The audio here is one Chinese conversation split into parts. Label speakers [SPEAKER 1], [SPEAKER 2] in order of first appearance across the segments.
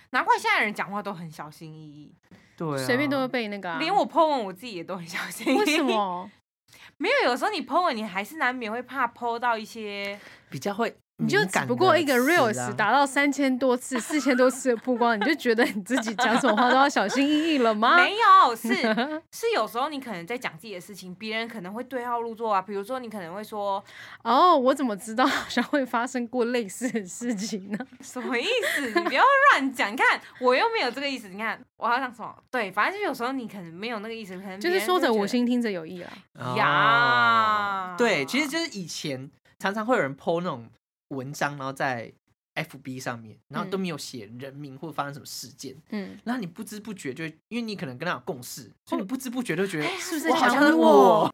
[SPEAKER 1] 难怪现在人讲话都很小心翼翼。
[SPEAKER 2] 对啊，
[SPEAKER 3] 随便都会被那个、
[SPEAKER 1] 连我 po 文我自己也都很小心翼翼。
[SPEAKER 3] 为什么？
[SPEAKER 1] 没有，有时候你 po 文，你还是难免会怕 po 到一些，
[SPEAKER 2] 比较会
[SPEAKER 3] 你就只不过一个 reels 达到3000多次、4000多次的曝光，你就觉得你自己讲什么话都要小心翼翼了吗？
[SPEAKER 1] 没有，是有时候你可能在讲自己的事情，别人可能会对号入座啊。比如说你可能会说，
[SPEAKER 3] 哦，我怎么知道好像会发生过类似的事情呢？
[SPEAKER 1] 什么意思？你不要乱讲，你看我又没有这个意思。你看我要讲什么？对，反正就有时候你可能没有那个意思，可能
[SPEAKER 3] 就是说着无心，听着有意啦。
[SPEAKER 1] 呀。
[SPEAKER 2] 对，其实就是以前常常会有人 po 那种文章，然后在 FB 上面，然后都没有写人名或发生什么事件，然后你不知不觉就会，因为你可能跟他有共识，所以你不知不觉就觉得
[SPEAKER 3] 是不是
[SPEAKER 2] 我好像是
[SPEAKER 3] 想我？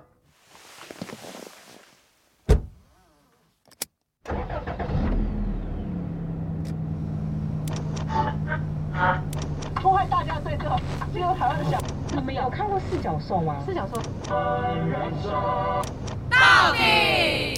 [SPEAKER 4] 破坏大家对这个台湾的想，你们有看过四角兽吗？四角兽。
[SPEAKER 1] 到底。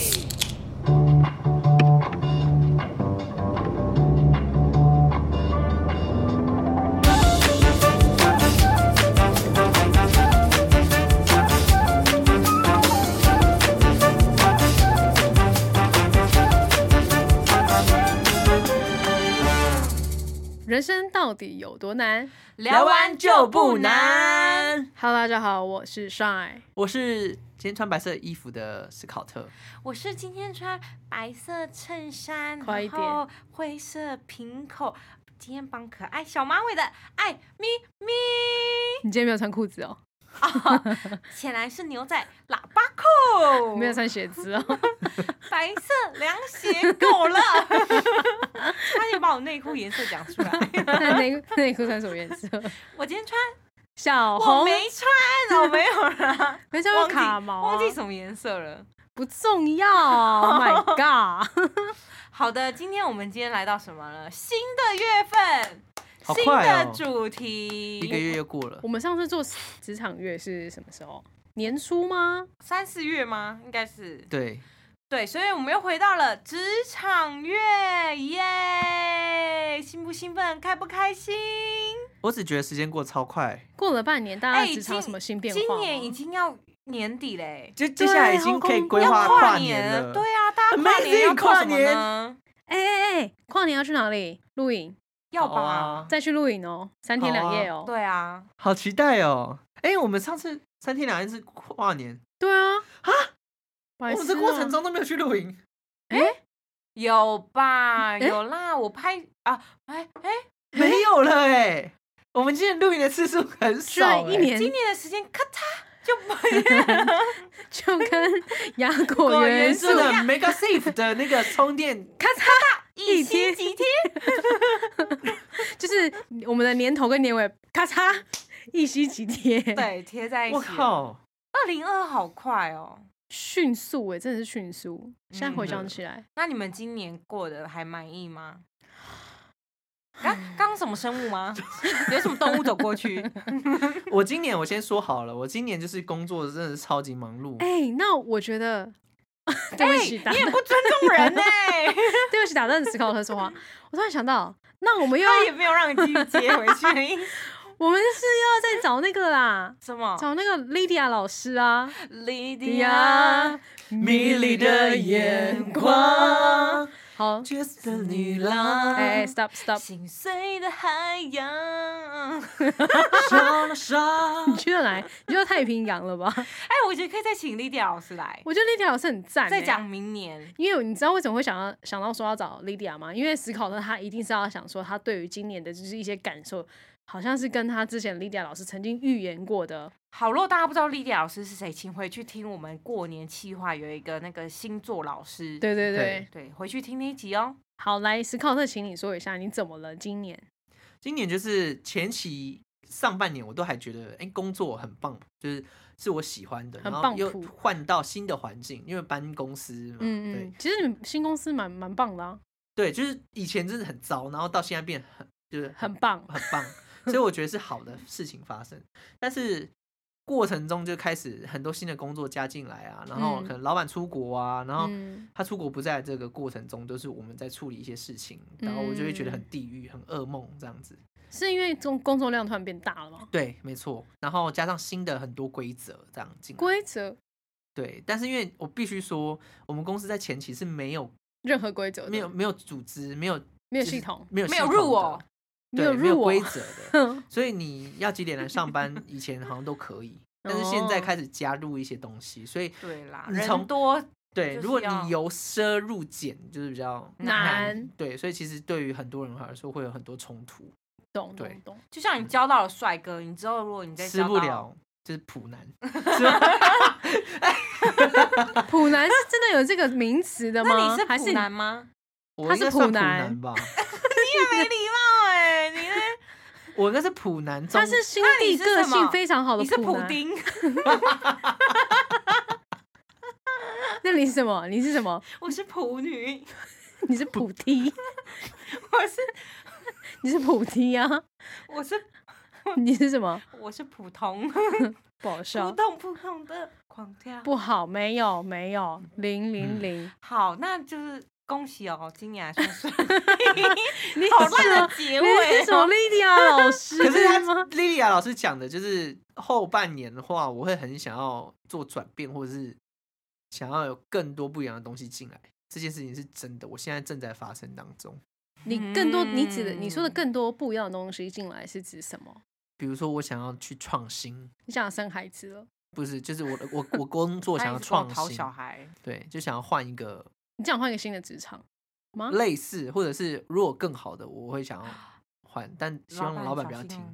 [SPEAKER 3] 人生到底有多难？
[SPEAKER 1] 聊完就不难。
[SPEAKER 3] Hello， 大家好，我是 Shine，
[SPEAKER 2] 我是今天穿白色衣服的史考特，
[SPEAKER 1] 我是今天穿白色衬衫，
[SPEAKER 3] 快一点
[SPEAKER 1] 然后灰色平口，今天绑可爱小马尾的爱咪咪。
[SPEAKER 3] 你今天没有穿裤子哦？
[SPEAKER 1] 显然是牛仔喇叭裤，
[SPEAKER 3] 没有穿鞋子哦？
[SPEAKER 1] 白色凉鞋够了，差点把我内裤颜色讲出来。
[SPEAKER 3] 那内裤穿什么颜色？
[SPEAKER 1] 我今天穿
[SPEAKER 3] 小红，
[SPEAKER 1] 我没穿，我没有啦，
[SPEAKER 3] 没穿过卡毛、
[SPEAKER 1] 忘记什么颜色了，
[SPEAKER 3] 不重要。Oh my god！
[SPEAKER 1] 好的，今天来到什么了？新的月份。
[SPEAKER 2] 好
[SPEAKER 1] 新
[SPEAKER 2] 快哦
[SPEAKER 1] 的主题
[SPEAKER 2] ，1个月又过了。
[SPEAKER 3] 我们上次做职场月是什么时候？年初吗
[SPEAKER 1] ？3、4月吗？应该是。
[SPEAKER 2] 对，
[SPEAKER 1] 所以我们又回到了职场月，耶！兴不兴奋？开不开心？
[SPEAKER 2] 我只觉得时间过得超快，
[SPEAKER 3] 过了半年，大家职场有什么新变化吗？
[SPEAKER 1] 今年已经要年底嘞，
[SPEAKER 2] 就接下来已经可以规划
[SPEAKER 1] 跨
[SPEAKER 2] 年
[SPEAKER 1] 了。对啊，大家跨年要做什么呢？
[SPEAKER 3] 跨年要去哪里？露营？
[SPEAKER 1] 要吧，
[SPEAKER 3] 再去露营哦，3天2夜哦。
[SPEAKER 1] 对啊，
[SPEAKER 2] 好期待哦！我们上次3天2夜是跨年。
[SPEAKER 3] 对啊，
[SPEAKER 2] 我们这过程中都没有去露营。
[SPEAKER 1] 有吧？有啦，我拍啊，
[SPEAKER 2] 没有了我们今年露营的次数很少
[SPEAKER 3] 一年，
[SPEAKER 1] 今年的时间咔嚓就不见了，
[SPEAKER 3] 就跟亚果元素
[SPEAKER 2] 的 Mega Safe 的那个充电
[SPEAKER 3] 咔嚓
[SPEAKER 1] 一星几贴，
[SPEAKER 3] 就是我们的年头跟年尾咔嚓一星几贴，
[SPEAKER 1] 对，贴在一起。
[SPEAKER 2] 我靠
[SPEAKER 1] ，2022好快哦，
[SPEAKER 3] 迅速真的是迅速。现在回想起来，
[SPEAKER 1] 那你们今年过得还满意吗？刚什么生物吗？有什么动物走过去？
[SPEAKER 2] 我先说好了，我今年就是工作真的是超级忙碌。
[SPEAKER 3] 那我觉得，对不起，
[SPEAKER 1] 你也不尊重人
[SPEAKER 3] 对不起，打断史考特说话。我突然想到，那我们又
[SPEAKER 1] 他也没有让你继续接回去的意思。
[SPEAKER 3] 我们是要再找那个啦，
[SPEAKER 1] 什么？
[SPEAKER 3] 找那个 Lydia 老师啊
[SPEAKER 1] ，Lydia
[SPEAKER 2] 迷离的眼光。
[SPEAKER 3] 好
[SPEAKER 2] ，Just a 女郎。
[SPEAKER 3] stop。
[SPEAKER 1] 心碎的海洋。
[SPEAKER 3] 你去了哪？你去太平洋了吧？
[SPEAKER 1] 我觉得可以再请 Lydia 老师来。
[SPEAKER 3] 我觉得 Lydia 老师很赞。
[SPEAKER 1] 再讲明年，
[SPEAKER 3] 因为你知道为什么会想到说要找 Lydia 吗？因为史考特他一定是要想说他对于今年的就是一些感受，好像是跟他之前 Lydia 老师曾经预言过的。
[SPEAKER 1] 好，如果大家不知道Lydia老师是谁，请回去听我们过年企划有一个那个星座老师。
[SPEAKER 3] 对，
[SPEAKER 1] 回去听那一集哦。
[SPEAKER 3] 好，来史考特，请你说一下你怎么了？今年
[SPEAKER 2] 就是前期上半年我都还觉得工作很棒，是我喜欢的，然后又换到新的环境，因为搬公司嘛。对，
[SPEAKER 3] 其实你们新公司蛮棒的啊。
[SPEAKER 2] 对，就是以前真的很糟，然后到现在变就是
[SPEAKER 3] 很棒，
[SPEAKER 2] 所以我觉得是好的事情发生。但是过程中就开始很多新的工作加进来啊，然后可能老板出国啊，然后他出国不在这个过程中，都是我们在处理一些事情，然后我就会觉得很地狱、很噩梦这样子。
[SPEAKER 3] 是因为工作量突然变大了吗？
[SPEAKER 2] 对，没错。然后加上新的很多规则这样进来。
[SPEAKER 3] 规则？
[SPEAKER 2] 对，但是因为我必须说，我们公司在前期是没有
[SPEAKER 3] 任何规则的，
[SPEAKER 2] 没有组织，没有
[SPEAKER 3] 系统，
[SPEAKER 2] 没有
[SPEAKER 1] 入我。
[SPEAKER 2] 对，没有规则的，所以你要几点来上班，以前好像都可以，但是现在开始加入一些东西，所以
[SPEAKER 1] 对啦，
[SPEAKER 2] 人
[SPEAKER 1] 多
[SPEAKER 2] 对，如果你由奢入俭，就是比较
[SPEAKER 3] 难，
[SPEAKER 2] 对，所以其实对于很多人来说会有很多冲突。
[SPEAKER 3] 懂。
[SPEAKER 1] 就像你交到了帅哥，你之后如果你再
[SPEAKER 2] 吃不了，就是普男。
[SPEAKER 3] 普男是真的有这个名词的吗？
[SPEAKER 1] 那你是普男吗？
[SPEAKER 3] 他是普男
[SPEAKER 2] 吧？
[SPEAKER 1] 你也没礼貌哎，你呢？
[SPEAKER 2] 我应该是普男，
[SPEAKER 3] 他是心地个性非常好的
[SPEAKER 1] 普男。你是普丁。
[SPEAKER 3] 那你是什么？你是什么？
[SPEAKER 1] 我是普女。
[SPEAKER 3] 你是普梯。你是普梯啊？你是什么？
[SPEAKER 1] 我是普通。
[SPEAKER 3] 不好笑。
[SPEAKER 1] 普通的狂跳。
[SPEAKER 3] 不好，没有000。
[SPEAKER 1] 好，那就是恭喜哦，今年还算顺利。你好烂的结尾。
[SPEAKER 3] 你是什么Lydia老师？
[SPEAKER 2] 可是Lydia老师讲的就是后半年的话，我会很想要做转变，或者是想要有更多不一样的东西进来。这件事情是真的，我现在正在发生当中。
[SPEAKER 3] 你更多，你说的更多不一样的东西进来是指什么？
[SPEAKER 2] 比如说，我想要去创新。
[SPEAKER 3] 你想要生孩子了？
[SPEAKER 2] 不是，就是我工作想要创新，
[SPEAKER 1] 讨小孩。
[SPEAKER 2] 对，就想要换一个。
[SPEAKER 3] 你想换一个新的职场吗？
[SPEAKER 2] 类似，或者是如果更好的，我会想要换，但希望老板不要听。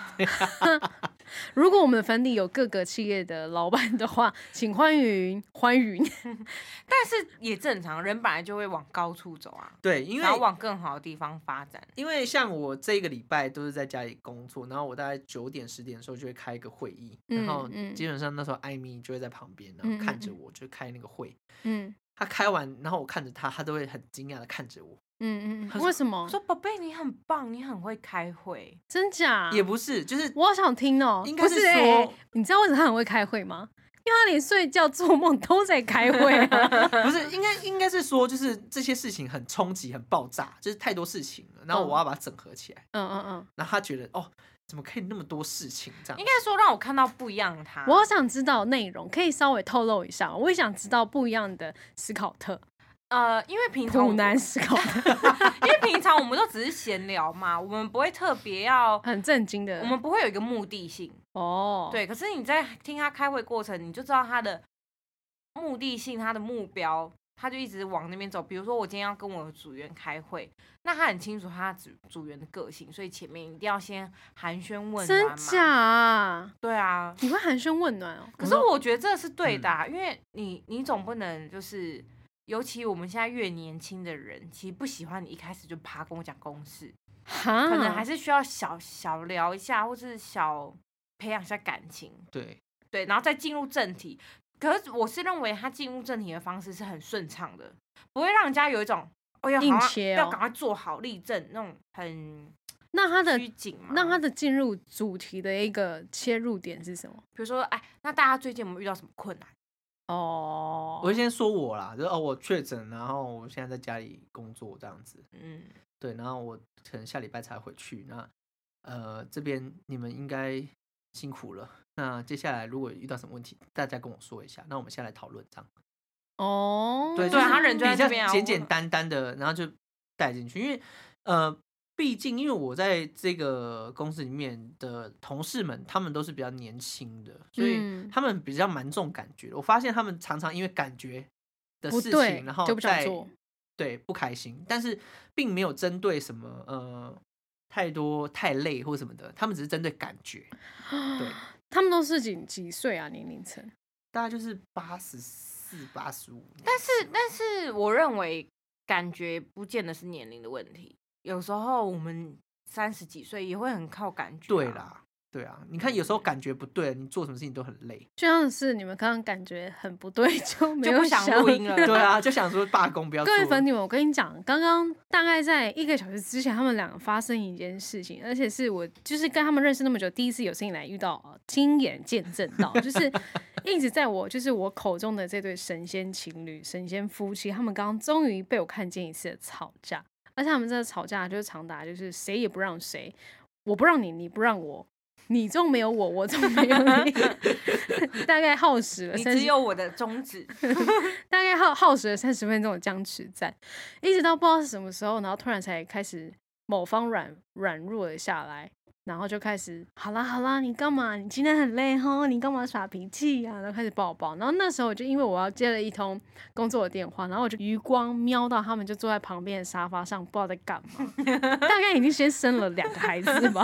[SPEAKER 3] 如果我们的粉底有各个企业的老板的话，请欢迎。
[SPEAKER 1] 但是也正常，人本来就会往高处走啊。
[SPEAKER 2] 对，因为
[SPEAKER 1] 然后往更好的地方发展。
[SPEAKER 2] 因为像我这一个礼拜都是在家里工作，然后我大概9点10点的时候就会开一个会议，然后基本上那时候艾米就会在旁边，然后看着我就开那个会。他开完，然后我看着他都会很惊讶的看着我。
[SPEAKER 3] 为什么？
[SPEAKER 1] 我说宝贝，你很棒，你很会开会。
[SPEAKER 3] 真假？
[SPEAKER 2] 也不是，就是
[SPEAKER 3] 我好想听哦。
[SPEAKER 2] 应该是
[SPEAKER 3] 说，你知道为什么他很会开会吗？因为他连睡觉做梦都在开会啊。
[SPEAKER 2] 不是，应该是说，就是这些事情很冲击、很爆炸，就是太多事情了，然后我要把它整合起来。然后他觉得怎么可以那么多事情这样？
[SPEAKER 1] 应该说让我看到不一样的他。
[SPEAKER 3] 我好想知道内容，可以稍微透露一下。我也想知道不一样的史考特。
[SPEAKER 1] 因为平常
[SPEAKER 3] 普男史考特，
[SPEAKER 1] 因为平常我们都只是闲聊嘛，我们不会特别要
[SPEAKER 3] 很正经的，
[SPEAKER 1] 我们不会有一个目的性。对，可是你在听他开会过程，你就知道他的目的性，他的目标，他就一直往那边走。比如说我今天要跟我的组员开会，那他很清楚他组员的个性，所以前面一定要先寒暄问暖嘛。
[SPEAKER 3] 真假啊？
[SPEAKER 1] 对啊，
[SPEAKER 3] 你会寒暄问暖哦？
[SPEAKER 1] 可是我觉得这是对的因为你总不能就是。尤其我们现在越年轻的人，其实不喜欢你一开始就啪跟我讲公事，可能还是需要小聊一下，或是小培养一下感情。对，然后再进入正题。可是我是认为他进入正题的方式是很顺畅的，不会让人家有一种
[SPEAKER 3] 硬切
[SPEAKER 1] 要赶快做好立正那种很虚紧嘛。
[SPEAKER 3] 那他的进入主题的一个切入点是什么？
[SPEAKER 1] 比如说，那大家最近有没有遇到什么困难？
[SPEAKER 2] 我会先说我啦，就是我确诊，然后我现在在家里工作这样子。对，然后我可能下礼拜才回去。那这边你们应该辛苦了。那接下来如果遇到什么问题，大家跟我说一下，那我们先来讨论这样。对，
[SPEAKER 1] 他人就在这边
[SPEAKER 2] 比较简简单的，然后就带进去，因为毕竟，因为我在这个公司里面的同事们，他们都是比较年轻的，所以他们比较蛮重感觉的。我发现他们常常因为感觉的事情，然后
[SPEAKER 3] 就不想做，
[SPEAKER 2] 对，不开心，但是并没有针对什么太多太累或什么的，他们只是针对感觉。对，
[SPEAKER 3] 他们都是几岁啊？年龄层
[SPEAKER 2] 大概就是84、85。
[SPEAKER 1] 但是我认为感觉不见得是年龄的问题。有时候我们30几岁也会很靠感觉。
[SPEAKER 2] 对啦， 对啊，你看有时候感觉不对，你做什么事情都很累。
[SPEAKER 3] 就像是你们刚刚感觉很不对，就没有
[SPEAKER 1] 就不想录音了。
[SPEAKER 2] 对啊，就想说罢工不要做。
[SPEAKER 3] 各位粉女们，我跟你讲，刚刚大概在1个小时之前，他们两个发生一件事情，而且是我就是跟他们认识那么久，第一次有生以来遇到，亲眼见证到，就是一直在就是我口中的这对神仙情侣、神仙夫妻，他们刚刚终于被我看见一次的吵架，而且他们这个吵架就是长达就是谁也不让谁，我不让你，你不让我。你中没有我，我中没有你，大概耗时了30，
[SPEAKER 1] 你只有我的中指，
[SPEAKER 3] 大概耗时了30分钟的僵持战，一直到不知道是什么时候，然后突然才开始某方软弱了下来，然后就开始好啦，你干嘛？你今天很累吼，你干嘛耍脾气啊？然后开始抱，然后那时候就因为我要接了一通工作的电话，然后我就余光瞄到他们就坐在旁边的沙发上，不知道在干嘛，大概已经先生了2个孩子吧。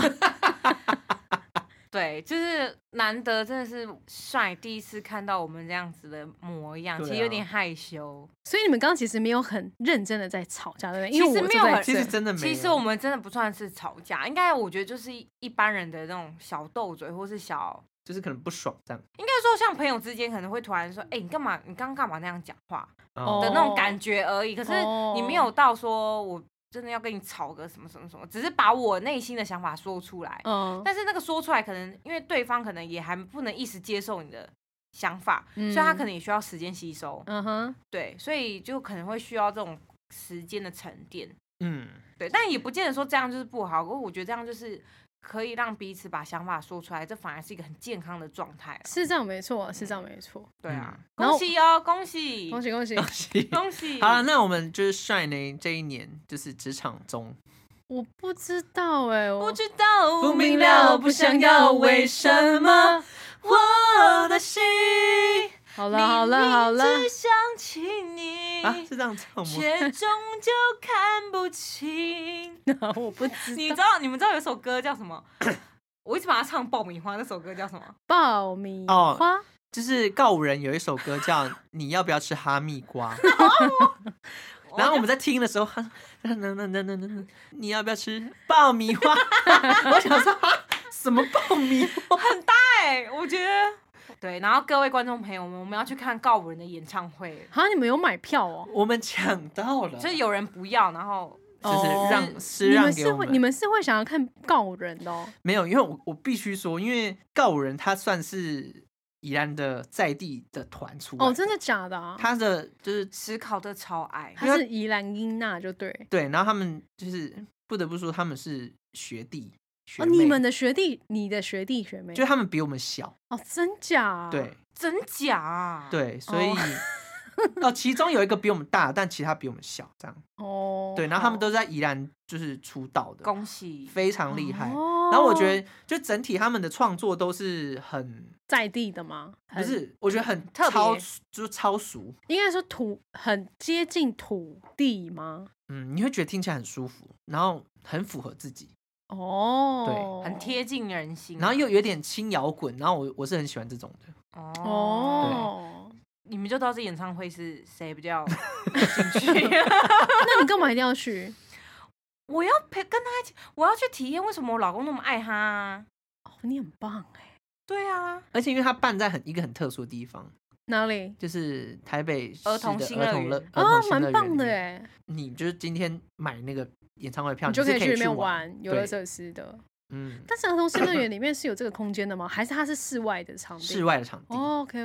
[SPEAKER 1] 对，就是难得，真的是帅，第一次看到我们这样子的模样，其实有点害羞。
[SPEAKER 3] 所以你们刚刚其实没有很认真的在吵架，对不对？
[SPEAKER 1] 其实没有很，
[SPEAKER 2] 其实真的没有。
[SPEAKER 1] 其实我们真的不算是吵架，应该我觉得就是一般人的那种小斗嘴，或是
[SPEAKER 2] 就是可能不爽这样。
[SPEAKER 1] 应该说像朋友之间可能会突然说，你干嘛？你刚刚干嘛那样讲话的那种感觉而已。可是你没有到说我真的要跟你吵个什么，只是把我内心的想法说出来。但是那个说出来，可能因为对方可能也还不能一时接受你的想法，所以他可能也需要时间吸收。对，所以就可能会需要这种时间的沉淀。对，但也不见得说这样就是不好。不过我觉得这样就是可以让彼此把想法说出来，这反而是一个很健康的状态。
[SPEAKER 3] 是这样没错，是这样没错。
[SPEAKER 1] 对啊，恭喜哦，恭喜，
[SPEAKER 3] 恭喜恭喜
[SPEAKER 2] 恭喜
[SPEAKER 1] 恭喜！
[SPEAKER 2] 好了，那我们就是帅呢这一年就是职场中，
[SPEAKER 3] 我不知道
[SPEAKER 1] 不知道，
[SPEAKER 3] 不明了，不想要，为什么
[SPEAKER 1] 我的心
[SPEAKER 3] 好了，
[SPEAKER 1] 只想起你
[SPEAKER 2] 啊，是这样唱吗？
[SPEAKER 1] 却终究看不清。
[SPEAKER 3] 我不知道，
[SPEAKER 1] 你们知道有首歌叫什么？我一直把它唱爆米花，那首歌叫什么？
[SPEAKER 3] 爆米花。
[SPEAKER 2] 就是告五人有一首歌叫《你要不要吃哈密瓜》，然后我们在听的时候，你要不要吃爆米花？我想说什么爆米花？
[SPEAKER 1] 很大我觉得。对，然后各位观众朋友们，我们要去看告五人的演唱会。
[SPEAKER 3] 你们有买票哦？
[SPEAKER 2] 我们抢到了，
[SPEAKER 1] 就是有人不要，然后
[SPEAKER 2] 就是让给我们。
[SPEAKER 3] 你们是会想要看告五人的哦？
[SPEAKER 2] 没有，因为我必须说，因为告五人他算是宜兰的在地的团出来
[SPEAKER 3] 真的假的啊？
[SPEAKER 2] 他的就是
[SPEAKER 1] 思考的超爱，
[SPEAKER 3] 他是宜兰英娜就对，
[SPEAKER 2] 然后他们就是不得不说他们是学弟学妹，
[SPEAKER 3] 你们的学弟，你的学弟学妹，
[SPEAKER 2] 就他们比我们小
[SPEAKER 3] 真假？
[SPEAKER 2] 对，
[SPEAKER 1] 真假？
[SPEAKER 2] 对，所以其中有一个比我们大，但其他比我们小，这样对，然后他们都在宜兰就是出道的，
[SPEAKER 1] 恭喜，
[SPEAKER 2] 非常厉害。然后我觉得就整体他们的创作都是很
[SPEAKER 3] 在地的吗？
[SPEAKER 2] 不是，我觉得很
[SPEAKER 1] 特别，
[SPEAKER 2] 就是超俗，
[SPEAKER 3] 应该说很接近土地吗？
[SPEAKER 2] 你会觉得听起来很舒服，然后很符合自己。
[SPEAKER 3] 对，
[SPEAKER 1] 很贴近人心，
[SPEAKER 2] 然后又有点轻摇滚，然后我是很喜欢这种的。
[SPEAKER 1] 对，你们就知道这演唱会是谁比较有兴趣？
[SPEAKER 3] 那你干嘛一定要去？
[SPEAKER 1] 我要跟他一起，我要去体验为什么我老公那么爱他。
[SPEAKER 3] 你很棒
[SPEAKER 1] 对啊，
[SPEAKER 2] 而且因为他办在一个很特殊的地方。
[SPEAKER 3] 哪里？
[SPEAKER 2] 就是台北市的
[SPEAKER 1] 儿童新乐园
[SPEAKER 3] 蛮棒的
[SPEAKER 2] 你就是今天买那个演唱会票，
[SPEAKER 3] 你就可以去里面
[SPEAKER 2] 玩
[SPEAKER 3] 游乐设施的。但是儿童新乐园里面是有这个空间的吗？还是它是室外的场地？
[SPEAKER 2] 室外的场地。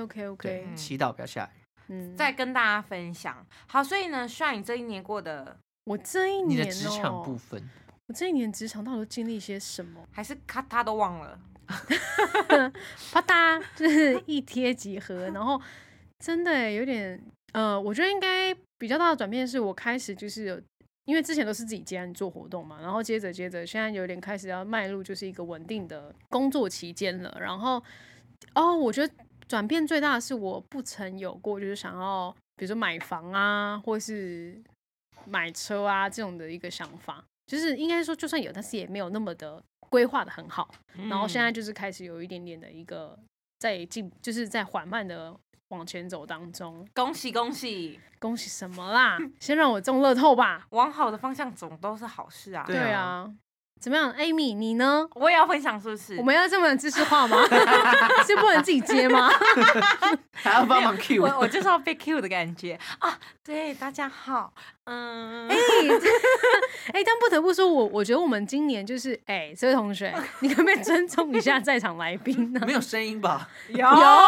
[SPEAKER 3] OK。
[SPEAKER 2] 祈祷不要下雨。
[SPEAKER 1] 再跟大家分享。好，所以呢，帅你这一年过的，
[SPEAKER 3] 我这一年
[SPEAKER 2] 你的职场部分，
[SPEAKER 3] 我这一年职场到底都经历些什么？
[SPEAKER 1] 还是他都忘了？
[SPEAKER 3] 啪嗒，就是一贴即合，然后真的有点我觉得应该比较大的转变是我开始就是因为之前都是自己接案做活动嘛，然后接着现在有点开始要迈入就是一个稳定的工作期间了，然后我觉得转变最大的是我不曾有过就是想要比如说买房啊或是买车啊这种的一个想法，就是应该说就算有，但是也没有那么的规划的很好，然后现在就是开始有一点点的一个就是在缓慢的往前走当中。
[SPEAKER 1] 恭喜恭喜
[SPEAKER 3] 恭喜什么啦？先让我中乐透吧。
[SPEAKER 1] 往好的方向走都是好事啊。
[SPEAKER 3] 对啊， 怎么样 ，Amy， 你呢？
[SPEAKER 1] 我也要分享，是不是？
[SPEAKER 3] 我们要这么知识化吗？是不能自己接吗？
[SPEAKER 2] 还要帮忙 Q，
[SPEAKER 1] 我就是要被 Q 的感觉啊！对，大家好，
[SPEAKER 3] 但不得不说，我觉得我们今年就是这位同学，你可不可以尊重一下在场来宾呢？
[SPEAKER 2] 没有声音吧？
[SPEAKER 1] 有，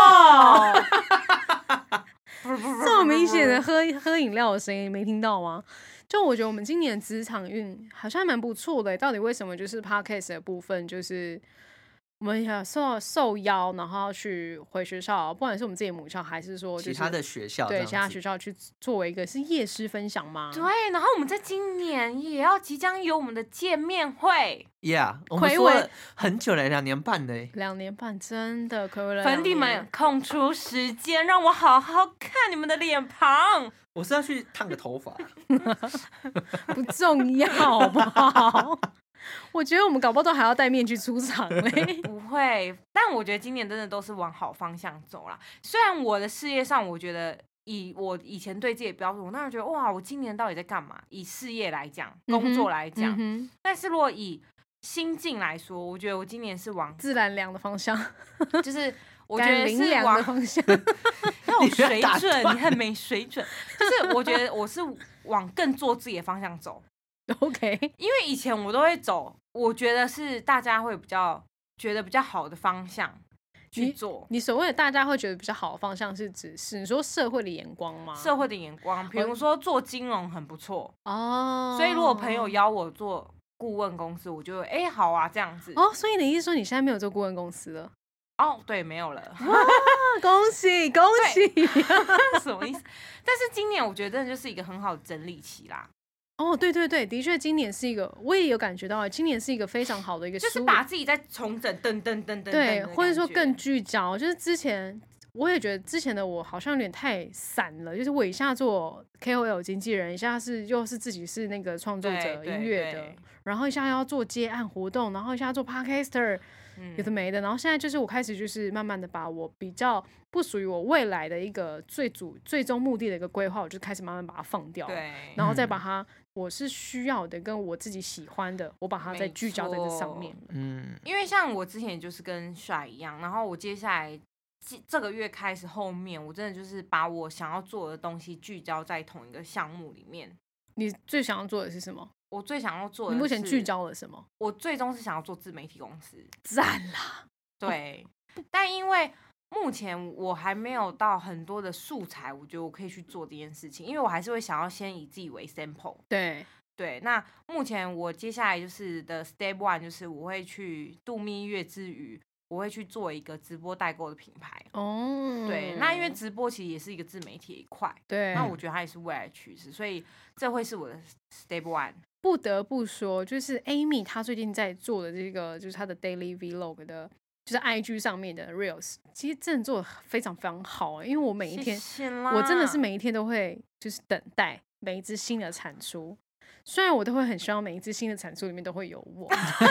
[SPEAKER 3] 这么明显的喝饮料的声音，没听到吗？就我觉得我们今年职场运好像蛮不错的，到底为什么？就是 podcast 的部分，就是我们也受邀，然后要去回学校，不管是我们自己的母校，还是说
[SPEAKER 2] 其他的学校，
[SPEAKER 3] 对其他学校去作为一个是夜师分享吗？
[SPEAKER 1] 对，然后我们在今年也要即将有我们的见面会。
[SPEAKER 2] Yeah， 我们说了很久了，2年半了
[SPEAKER 3] ，2年半真的睽违了。
[SPEAKER 1] 粉底们空出时间，让我好好看你们的脸庞。
[SPEAKER 2] 我是要去烫个头发，
[SPEAKER 3] 不重要，好不好？我觉得我们搞不好都还要戴面具出场嘞。
[SPEAKER 1] 不会，但我觉得今年真的都是往好方向走啦。虽然我的事业上，我觉得以我以前对自己的标准，我那时觉得哇，我今年到底在干嘛？以事业来讲，工作来讲，但是如果以心境来说，我觉得我今年是往
[SPEAKER 3] 自然凉的方向，
[SPEAKER 1] 就是我觉得是
[SPEAKER 3] 往的方向。
[SPEAKER 1] 要有水准，你很没水准。就是我觉得我是往更做自己的方向走。
[SPEAKER 3] OK，
[SPEAKER 1] 因为以前我都会走，我觉得是大家会觉得比较好的方向去做。
[SPEAKER 3] 你所谓的大家会觉得比较好的方向，是指是你说社会的眼光吗？
[SPEAKER 1] 社会的眼光，比如说做金融很不错
[SPEAKER 3] 哦，
[SPEAKER 1] 所以如果朋友邀我做顾问公司，我就会好啊这样子。
[SPEAKER 3] 哦，所以你意思说你现在没有做顾问公司了？
[SPEAKER 1] 哦，对，没有了。
[SPEAKER 3] 哇，恭喜恭喜！
[SPEAKER 1] 什么意思？但是今年我觉得真的就是一个很好的整理期啦。
[SPEAKER 3] 哦，对对对，的确，今年是一个，我也有感觉到，今年是一个非常好的一个，
[SPEAKER 1] 就是把自己再重整，
[SPEAKER 3] 对，或者说更聚焦。就是之前我也觉得之前的我好像有点太散了，就是我一下做 KOL 经纪人，一下又是自己是那个创作者音乐的，然后一下要做接案活动，然后一下做 podcaster。有的没的，然后现在就是我开始就是慢慢的把我比较不属于我未来的一个最终目的的一个规划，我就开始慢慢把它放掉，
[SPEAKER 1] 对，
[SPEAKER 3] 然后再把它我是需要的跟我自己喜欢的，我把它再聚焦在这上面。
[SPEAKER 1] 因为像我之前就是跟帅一样，然后我接下来这个月开始后面，我真的就是把我想要做的东西聚焦在同一个项目里面。
[SPEAKER 3] 你最想要做的是什么？
[SPEAKER 1] 我最想要做的，
[SPEAKER 3] 你目前聚焦了什么？
[SPEAKER 1] 我最终是想要做自媒体公司，
[SPEAKER 3] 赞啦！
[SPEAKER 1] 对，但因为目前我还没有到很多的素材，我觉得我可以去做这件事情，因为我还是会想要先以自己为 sample。对，那目前我接下来就是的 step one 就是我会去度蜜月之余，我会去做一个直播代购的品牌。对，那因为直播其实也是一个自媒体的一块，
[SPEAKER 3] 对，
[SPEAKER 1] 那我觉得它也是未来的趋势，所以这会是我的 step one。
[SPEAKER 3] 不得不说，就是 Amy 她最近在做的这个，就是她的 daily vlog 的，就是 IG 上面的 reels， 其实真的做的非常非常好。因为我每一天，我真的是每一天都会就是等待每一支新的产出，虽然我都会很希望每一支新的产出里面都会有我，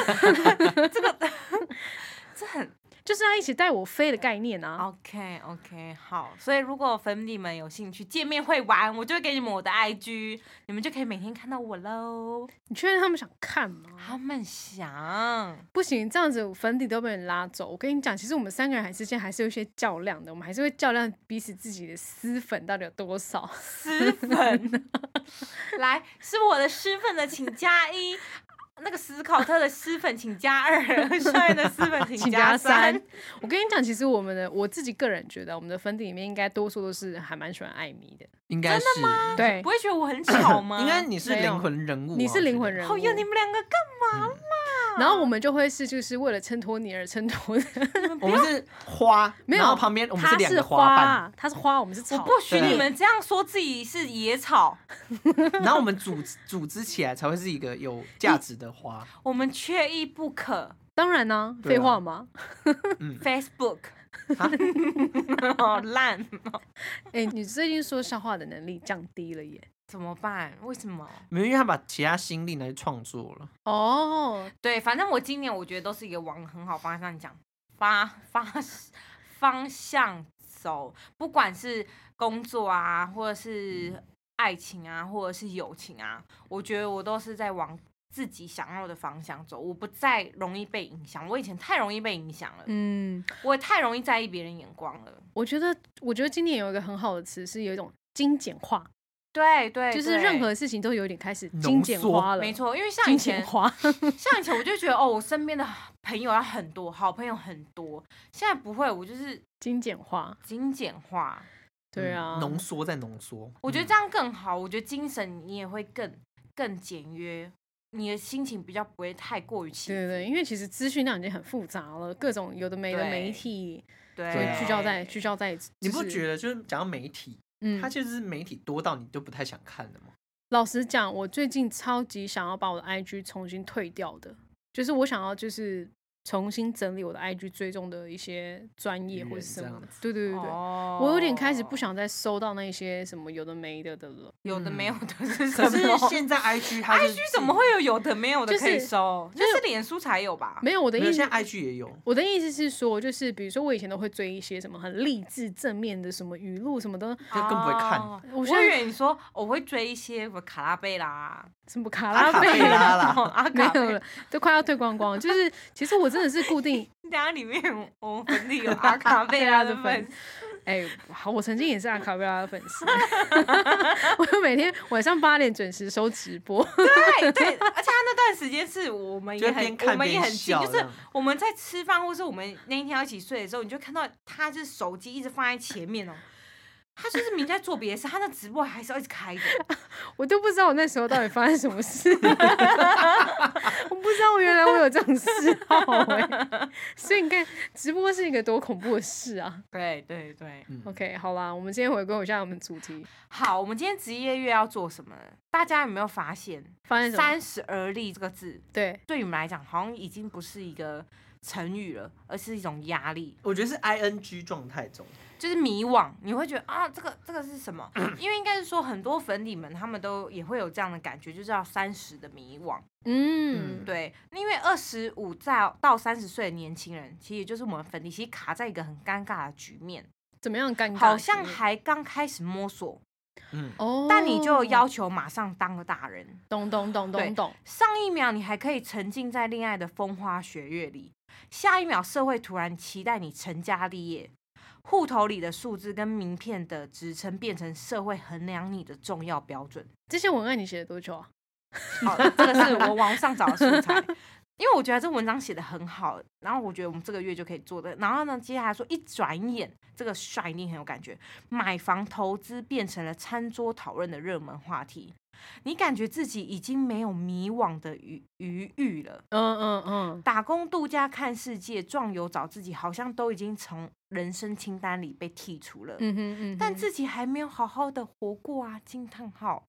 [SPEAKER 1] 这很。
[SPEAKER 3] 就是要一起带我飞的概念啊。
[SPEAKER 1] OK， 好，所以如果粉底们有兴趣见面会玩，我就会给你们我的 IG， 你们就可以每天看到我喽。
[SPEAKER 3] 你确定他们想看吗？
[SPEAKER 1] 他们想。
[SPEAKER 3] 不行，这样子粉底都被人拉走。我跟你讲，其实我们3个人之间还是有一些较量的，我们还是会较量彼此自己的私粉到底有多少。
[SPEAKER 1] 私粉，来，是我的私粉的请加1。那个史考特的私粉请加2，帅的私粉请加3。
[SPEAKER 3] 我跟你讲，其实我自己个人觉得，我们的粉底里面应该多数都是还蛮喜欢艾米的。
[SPEAKER 2] 应该是
[SPEAKER 1] 真的吗？
[SPEAKER 3] 对，
[SPEAKER 1] 不会觉得我很吵吗？
[SPEAKER 2] 应该你是灵魂人物，
[SPEAKER 3] 你是灵魂人物。
[SPEAKER 1] 好呀，你们2个干嘛嘛？
[SPEAKER 3] 然后我们就会是就是为了衬托你而衬托的。
[SPEAKER 2] 我们是花，
[SPEAKER 3] 没有，
[SPEAKER 2] 然后旁边我们是2个
[SPEAKER 3] 花
[SPEAKER 2] 瓣，
[SPEAKER 3] 它是花，我们是草。
[SPEAKER 1] 我不许你们这样说自己是野草。
[SPEAKER 2] 然后我们组织起来才会是一个有价值的花。
[SPEAKER 1] 我们缺一不可。
[SPEAKER 3] 当然呢，废话嘛。
[SPEAKER 1] Facebook。好烂哦！
[SPEAKER 3] 你最近说笑话的能力降低了耶？
[SPEAKER 1] 怎么办？为什么？
[SPEAKER 2] 因为他把其他心力拿去创作了。
[SPEAKER 3] 哦，
[SPEAKER 1] 对，反正我今年我觉得都是一个往很好方向讲，方向走，不管是工作啊，或者是爱情啊，或者是友情啊，我觉得我都是在往自己想要的方向走，我不再容易被影响。我以前太容易被影响了，我也太容易在意别人眼光了。
[SPEAKER 3] 我觉得今年有一个很好的词是有一种精简化。
[SPEAKER 1] 对，
[SPEAKER 3] 就是任何事情都有点开始精简化了，
[SPEAKER 1] 没错。因为像以前我就觉得我身边的朋友要很多，好朋友很多，现在不会，我就是
[SPEAKER 3] 精简化。 对啊，
[SPEAKER 2] 浓缩再浓缩，
[SPEAKER 1] 我觉得这样更好。我觉得精神你也会更简约，你的心情比较不会太过于起伏。
[SPEAKER 3] 对，因为其实资讯量已经很复杂了，各种有的没的媒体，对，聚焦在，
[SPEAKER 2] 你不觉得就是讲到媒体？它就是媒体多到你就不太想看了吗？
[SPEAKER 3] 老实讲，我最近超级想要把我的 IG 重新退掉的，就是我想要重新整理我的 IG 追踪的一些专业或者什么的。对，我有点开始不想再收到那些什么有的没的了。
[SPEAKER 1] 有的没有的是什
[SPEAKER 2] 么？可是现在 IG
[SPEAKER 1] 怎么会有的没有的可以收？就是脸书才有吧？
[SPEAKER 3] 没有，我的意思
[SPEAKER 2] 现在 IG 也有。
[SPEAKER 3] 我的意思是说，就是比如说我以前都会追一些什么很励志正面的什么语录什么的，
[SPEAKER 2] 就更不会看。
[SPEAKER 1] 我以为你说我会追一些卡拉贝拉，
[SPEAKER 3] 什么卡拉贝
[SPEAKER 2] 拉啦，
[SPEAKER 3] 没有了，都快要退光光。就是其实我真的是固定，
[SPEAKER 1] 等下里面我们粉底有阿卡贝拉的粉丝。
[SPEAKER 3] 好，我曾经也是阿卡贝拉的粉丝，我就每天晚上8点准时收直播。
[SPEAKER 1] 对，而且他那段时间是我们也很近，就是我们在吃饭，或是我们那一天要一起睡的时候，你就看到他就是手机一直放在前面哦。他就是明在做别的事，他那直播还是要一直开的。
[SPEAKER 3] 我都不知道我那时候到底发生什么事，我不知道原来我有这种嗜好所以你看直播是一个多恐怖的事啊。
[SPEAKER 1] 对
[SPEAKER 3] OK， 好啦，我们今天回归一下我们主题。
[SPEAKER 1] 好，我们今天职业月要做什么？大家有没有发现30而立这个字，对你们来讲好像已经不是一个成语了，而是一种压力。
[SPEAKER 2] 我觉得是 ING 状态中，
[SPEAKER 1] 就是迷惘，你会觉得啊，这个是什么？因为应该是说很多粉底们他们都也会有这样的感觉，就是要30的迷惘。对，因为25到30岁的年轻人，其实也就是我们粉底，其实卡在一个很尴尬的局面。
[SPEAKER 3] 怎么样尴尬？
[SPEAKER 1] 好像还刚开始摸索。但你就要求马上当个大人。懂。上一秒你还可以沉浸在恋爱的风花雪月里，下一秒社会突然期待你成家立业，户头里的数字跟名片的职称变成社会衡量你的重要标准。
[SPEAKER 3] 这些文案你写了多久啊？
[SPEAKER 1] 这个是我网上找的素材。因为我觉得这文章写得很好，然后我觉得我们这个月就可以做的。然后呢，接下来说一转眼，这个帅一定很有感觉，买房投资变成了餐桌讨论的热门话题。你感觉自己已经没有迷惘的余裕了。打工度假看世界壮游找自己好像都已经从人生清单里被剔除了。但自己还没有好好的活过啊！惊叹号。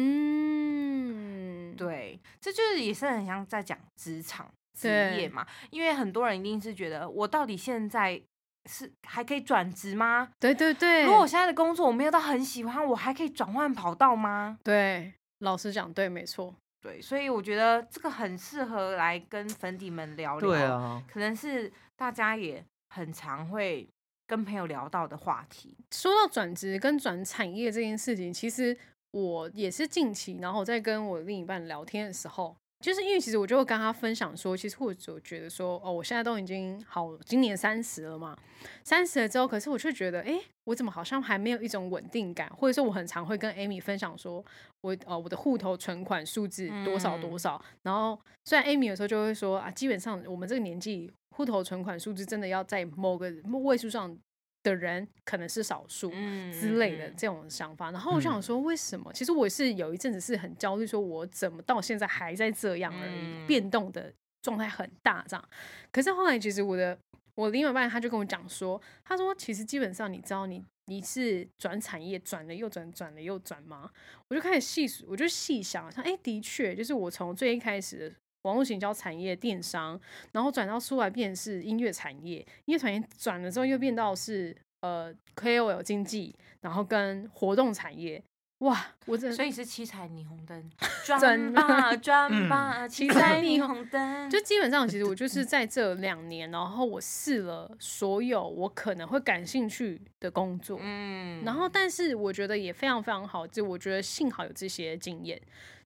[SPEAKER 1] 对，这就是也是很像在讲职场职业嘛，因为很多人一定是觉得我到底现在是还可以转职吗？
[SPEAKER 3] 对，
[SPEAKER 1] 如果我现在的工作我没有到很喜欢，我还可以转换跑道吗？
[SPEAKER 3] 对，老实讲，对，没错。
[SPEAKER 1] 对，所以我觉得这个很适合来跟粉底们聊聊。
[SPEAKER 2] 对啊，
[SPEAKER 1] 可能是大家也很常会跟朋友聊到的话题。
[SPEAKER 3] 说到转职跟转产业这件事情，其实我也是近期，然后我在跟我另一半聊天的时候，就是因为其实我就会跟他分享说，其实我就觉得说，我现在都已经今年30了嘛，30了之后，可是我却觉得，我怎么好像还没有一种稳定感，或者说我很常会跟 Amy 分享说，我的户头存款数字多少多少，然后虽然 Amy 有时候就会说啊，基本上我们这个年纪户头存款数字真的要在某个位数上的人可能是少数之类的这种想法，然后我想说为什么？其实我是有一阵子是很焦虑，说我怎么到现在还在这样而已，变动的状态很大这样。可是后来其实我另外一半他就跟我讲说，他说其实基本上你知道你是转产业转了又转，转了又转吗？我就开始我就细想，的确就是我从最一开始的网络行销产业电商，然后转到出来变是音乐产业，音乐产业转了之后又变到是KOL 经济，然后跟活动产业。哇，
[SPEAKER 1] 所以是七彩霓虹灯，转吧，七彩霓虹灯。
[SPEAKER 3] 就基本上，其实我就是在这2年，然后我试了所有我可能会感兴趣的工作，然后但是我觉得也非常非常好，就我觉得幸好有这些经验。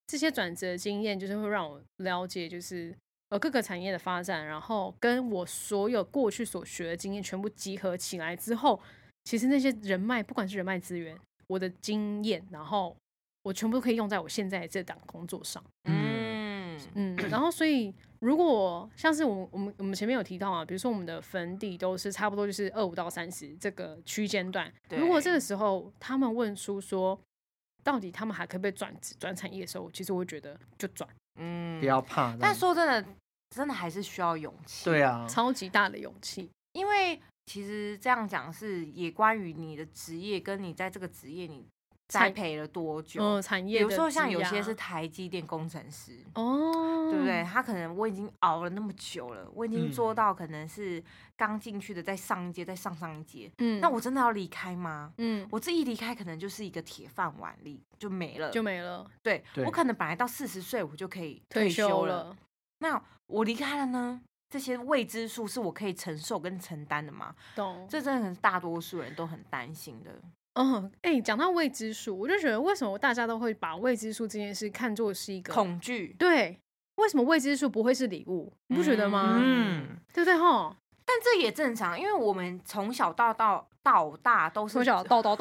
[SPEAKER 3] 这些转折经验就是会让我了解，就是各个产业的发展，然后跟我所有过去所学的经验全部集合起来之后，其实那些人脉，不管是人脉资源，我的经验，然后我全部都可以用在我现在这档工作上。然后所以如果像是我们前面有提到啊，比如说我们的粉底都是差不多就是25到30这个区间段，如果这个时候他们问出说到底他们还可不可以转产业的时候，其实我会觉得就转，
[SPEAKER 2] 不要怕。
[SPEAKER 1] 但说真的还是需要勇气，
[SPEAKER 2] 对啊，
[SPEAKER 3] 超级大的勇气，
[SPEAKER 1] 因为其实这样讲是也关于你的职业跟你在这个职业你栽培了多久？
[SPEAKER 3] 产业
[SPEAKER 1] 比如说像有些是台积电工程师，对不对？他可能我已经熬了那么久了，我已经做到可能是刚进去的，再上一阶，再上一阶。那我真的要离开吗？我这一离开，可能就是一个铁饭碗里就没了。对，我可能本来到40岁我就可以退休了。那我离开了呢？这些未知数是我可以承受跟承担的吗？
[SPEAKER 3] 懂，
[SPEAKER 1] 这真的是大多数人都很担心的。
[SPEAKER 3] 讲到未知数，我就觉得为什么大家都会把未知数这件事看作是一个
[SPEAKER 1] 恐惧？
[SPEAKER 3] 对，为什么未知数不会是礼物？你不觉得吗？对不对齁？
[SPEAKER 1] 但这也正常，因为我们从小到大都是
[SPEAKER 3] 从小到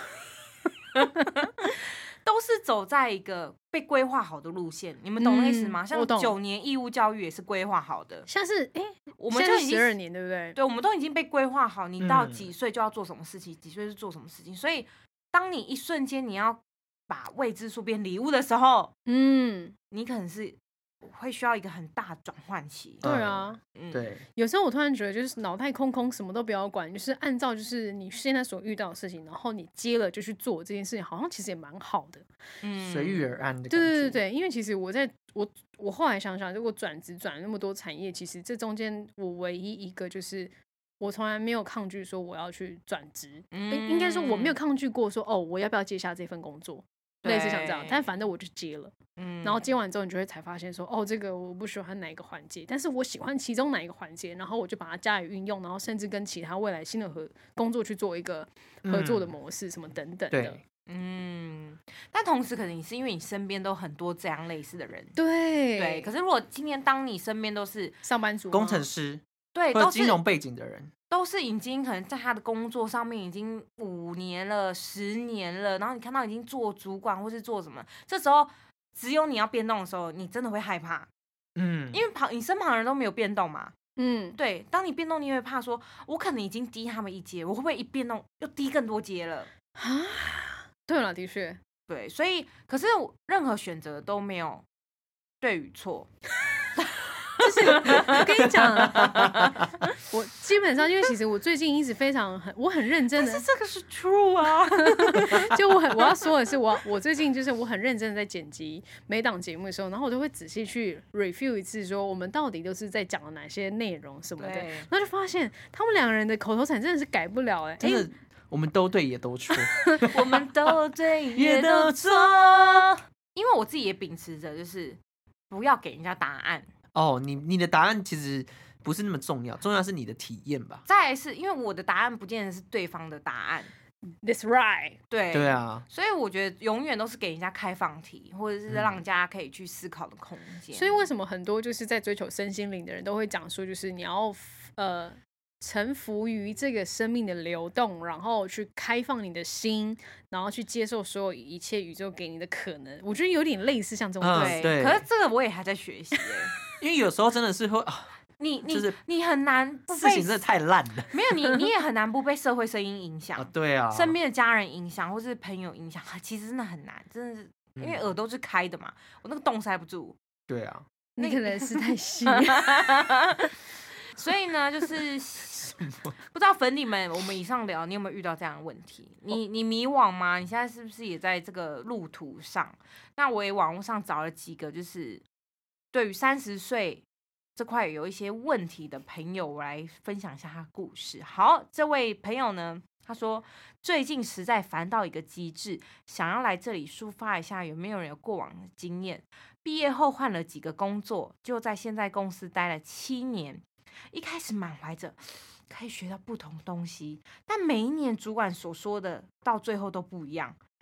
[SPEAKER 1] 都是走在一个被规划好的路线，你们懂那意思吗？像9年义务教育也是规划好的，
[SPEAKER 3] 像是
[SPEAKER 1] 我们就已经
[SPEAKER 3] 12年，对不对？
[SPEAKER 1] 对，我们都已经被规划好，你到几岁就要做什么事情，几岁是做什么事情。所以，当你一瞬间你要把未知数变礼物的时候，你可能是会需要一个很大转换期。
[SPEAKER 3] 对啊，
[SPEAKER 2] 对。
[SPEAKER 3] 有时候我突然觉得，就是脑袋空空，什么都不要管，就是按照就是你现在所遇到的事情，然后你接了就去做这件事情，好像其实也蛮好的。
[SPEAKER 2] 随遇而安的感
[SPEAKER 3] 觉。对，因为其实我后来想想，如果转职转了那么多产业，其实这中间我唯一一个就是我从来没有抗拒说我要去转职，应该说我没有抗拒过说我要不要接下这份工作。类似像这样，但反正我就接了，然后接完之后，你就会才发现说，这个我不喜欢哪一个环节，但是我喜欢其中哪一个环节，然后我就把它加以运用，然后甚至跟其他未来新的工作去做一个合作的模式，什么等等的。
[SPEAKER 1] 但同时可能你是因为你身边都很多这样类似的人，
[SPEAKER 3] 对。
[SPEAKER 1] 可是如果今天当你身边都是
[SPEAKER 3] 上班族、
[SPEAKER 2] 工程师，
[SPEAKER 1] 对，
[SPEAKER 2] 或者金融背景的人。
[SPEAKER 1] 都是已经可能在他的工作上面已经5年了、10年了，然后你看到已经做主管或是做什么，这时候只有你要变动的时候，你真的会害怕，因为你身旁的人都没有变动嘛，对，当你变动，你会怕说，我可能已经低他们一阶，我会不会一变动又低更多阶了？
[SPEAKER 3] 对了，的确，
[SPEAKER 1] 对，所以可是任何选择都没有对与错。
[SPEAKER 3] 就是我跟你讲，我基本上因为其实我最近一直我很认真的，
[SPEAKER 1] 但是这个是 true 啊。
[SPEAKER 3] 就我要说的是，我最近就是我很认真的在剪辑每档节目的时候，然后我都会仔细去 review 一次，说我们到底都是在讲了哪些内容什么的，然后就发现他们2个人的口头禅真的是改不了
[SPEAKER 2] 真的，我们都对也都错，
[SPEAKER 1] 我们都对也都错。因为我自己也秉持着就是不要给人家答案。
[SPEAKER 2] 你的答案其实不是那么重要，重要是你的体验吧。
[SPEAKER 1] 再来是因为我的答案不见得是对方的答案。
[SPEAKER 3] That's right。
[SPEAKER 2] 对啊。
[SPEAKER 1] 所以我觉得永远都是给人家开放题，或者是让人家可以去思考的空间。
[SPEAKER 3] 所以为什么很多就是在追求身心灵的人都会讲说，就是你要臣服于这个生命的流动，然后去开放你的心，然后去接受所有一切宇宙给你的可能。我觉得有点类似像这种
[SPEAKER 1] 对。可是这个我也还在学习
[SPEAKER 2] 因为有时候真的是会
[SPEAKER 1] 你很难不被
[SPEAKER 2] 事情真的太烂了。
[SPEAKER 1] 没有你也很难不被社会声音影响。
[SPEAKER 2] 对啊。
[SPEAKER 1] 身边的家人影响，或是朋友影响，其实真的很难，真的是因为耳朵是开的嘛，我那个洞塞不住。
[SPEAKER 2] 对啊。
[SPEAKER 3] 你可能是太细。
[SPEAKER 1] 所以呢，就是不知道粉底们，我们以上聊，你有没有遇到这样的问题？你迷惘吗？你现在是不是也在这个路途上？那我也网络上找了几个，就是对于30岁这块有一些问题的朋友，我来分享一下他的故事。好，这位朋友呢，他说最近实在烦到一个极致，想要来这里抒发一下，有没有人有过往的经验？毕业后换了几个工作，就在现在公司待了7年。一开始满怀着可以学到不同东西，但每一年主管所说的到最后都不一样，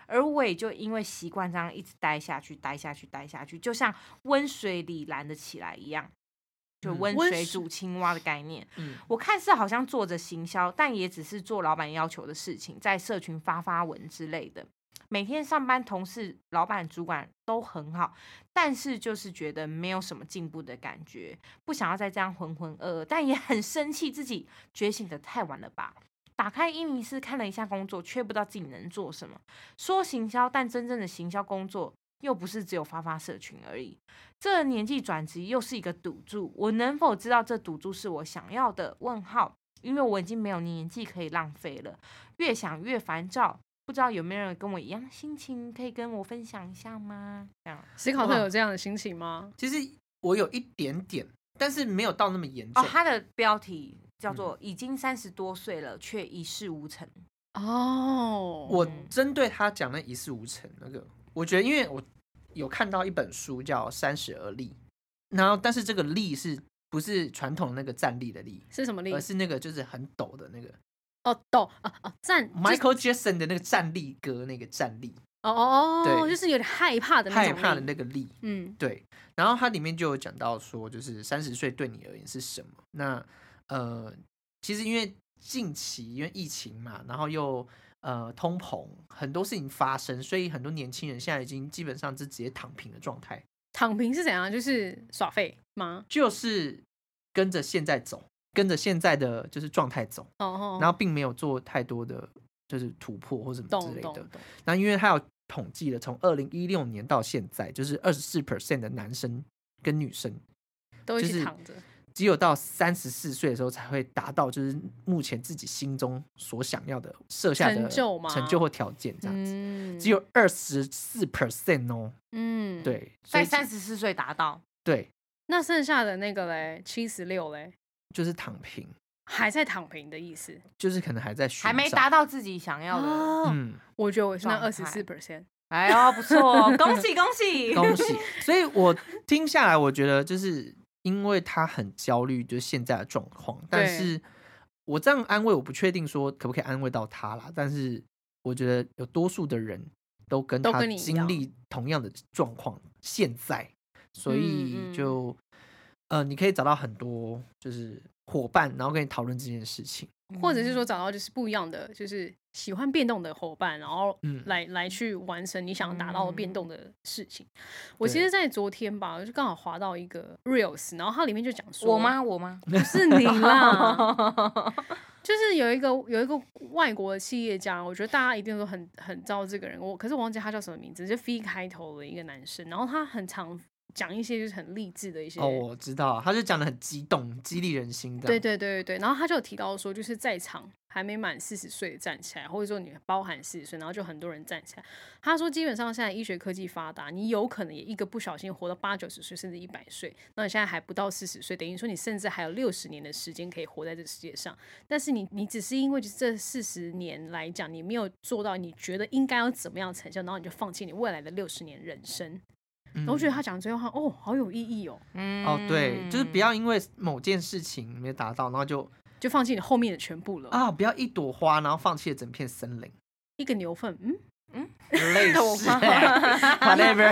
[SPEAKER 1] 而我也就因为习惯这样一直待下去，就像温水里燃得起来一样。就温水煮青蛙的概念，我看似好像做着行销，但也只是做老板要求的事情，在社群发文之类的。每天上班，同事、老板、主管都很好，但是就是觉得没有什么进步的感觉，不想要再这样浑浑噩噩，但也很生气自己觉醒得太晚了吧。打开104看了一下工作，却不知道自己能做什么。说行销，但真正的行销工作又不是只有发社群而已。这个年纪转职又是一个赌注，我能否知道这赌注是我想要的？问号，因为我已经没有年纪可以浪费了，越想越烦躁。不知道有没有人跟我一样心情，可以跟我分享一下吗？这样，
[SPEAKER 3] 史考特有这样的心情吗？
[SPEAKER 2] 其实我有一点点，但是没有到那么严重。
[SPEAKER 1] 他的标题叫做已经30多岁了，却一事无成。
[SPEAKER 2] 我针对他讲的一事无成那个，我觉得因为我有看到一本书叫《30而立》，然后但是这个立是不是传统那个站立的立？
[SPEAKER 3] 是什么立？
[SPEAKER 2] 而是那个就是很陡的那个。
[SPEAKER 3] 陡站
[SPEAKER 2] Michael Jackson 的那个站立歌那个站立。
[SPEAKER 3] 对，就是有点害怕的那种
[SPEAKER 2] 害怕的那个立。对。然后它里面就有讲到说，就是30岁对你而言是什么？那其实因为近期因为疫情嘛，然后又通膨，很多事情发生，所以很多年轻人现在已经基本上是直接躺平的状态。
[SPEAKER 3] 躺平是怎样？就是耍废吗？
[SPEAKER 2] 就是跟着现在走。跟着现在的就是状态走，然后并没有做太多的就是突破或什么之类的。那因为他有统计了，从2016年到现在，就是24% 的男生跟女生
[SPEAKER 3] 都一起躺着，
[SPEAKER 2] 只有到34岁的时候才会达到就是目前自己心中所想要的设下的成就或条件这样子，只有24% 哦。对，
[SPEAKER 1] 在34岁达到。
[SPEAKER 2] 对，
[SPEAKER 3] 那剩下的那个嘞，76嘞。
[SPEAKER 2] 就是躺平，
[SPEAKER 3] 还在躺平的意思，
[SPEAKER 2] 就是可能还在寻找，
[SPEAKER 1] 还没达到自己想要的。
[SPEAKER 3] 我觉得我是那24%。
[SPEAKER 1] 哎呦，不错，恭喜恭喜
[SPEAKER 2] 恭喜！所以我听下来，我觉得就是因为他很焦虑，就是现在的状况。但是我这样安慰，我不确定说可不可以安慰到他啦。但是我觉得有多数的人都跟他经历同样的状况，现在，所以就。你可以找到很多就是伙伴，然后跟你讨论这件事情，
[SPEAKER 3] 或者是说找到就是不一样的，就是喜欢变动的伙伴，然后来去完成你想达到变动的事情。我其实，在昨天吧，就刚好滑到一个 reels， 然后它里面就讲说，
[SPEAKER 1] 我吗？
[SPEAKER 3] 不是你啦，就是有一个外国的企业家，我觉得大家一定都很知道这个人，可是我忘记他叫什么名字，就 V 开头的一个男生，然后他很常讲一些就是很励志的一些
[SPEAKER 2] 我知道，他就讲得很激动，激励人心的。
[SPEAKER 3] 对，然后他就有提到说，就是在场还没满40岁站起来，或者说你包含40岁，然后就很多人站起来。他说，基本上现在医学科技发达，你有可能也一个不小心活到80-90岁，甚至100岁。那你现在还不到40岁，等于说你甚至还有60年的时间可以活在这个世界上。但是你只是因为这40年来讲，你没有做到你觉得应该要怎么样成就，然后你就放弃你未来的60年人生。我觉得他讲这句话好有意义哦。
[SPEAKER 2] 对，就是不要因为某件事情没达到，然后就
[SPEAKER 3] 放弃你后面的全部了
[SPEAKER 2] 不要一朵花，然后放弃了整片森林，
[SPEAKER 3] 一个牛粪，
[SPEAKER 2] 类似whatever。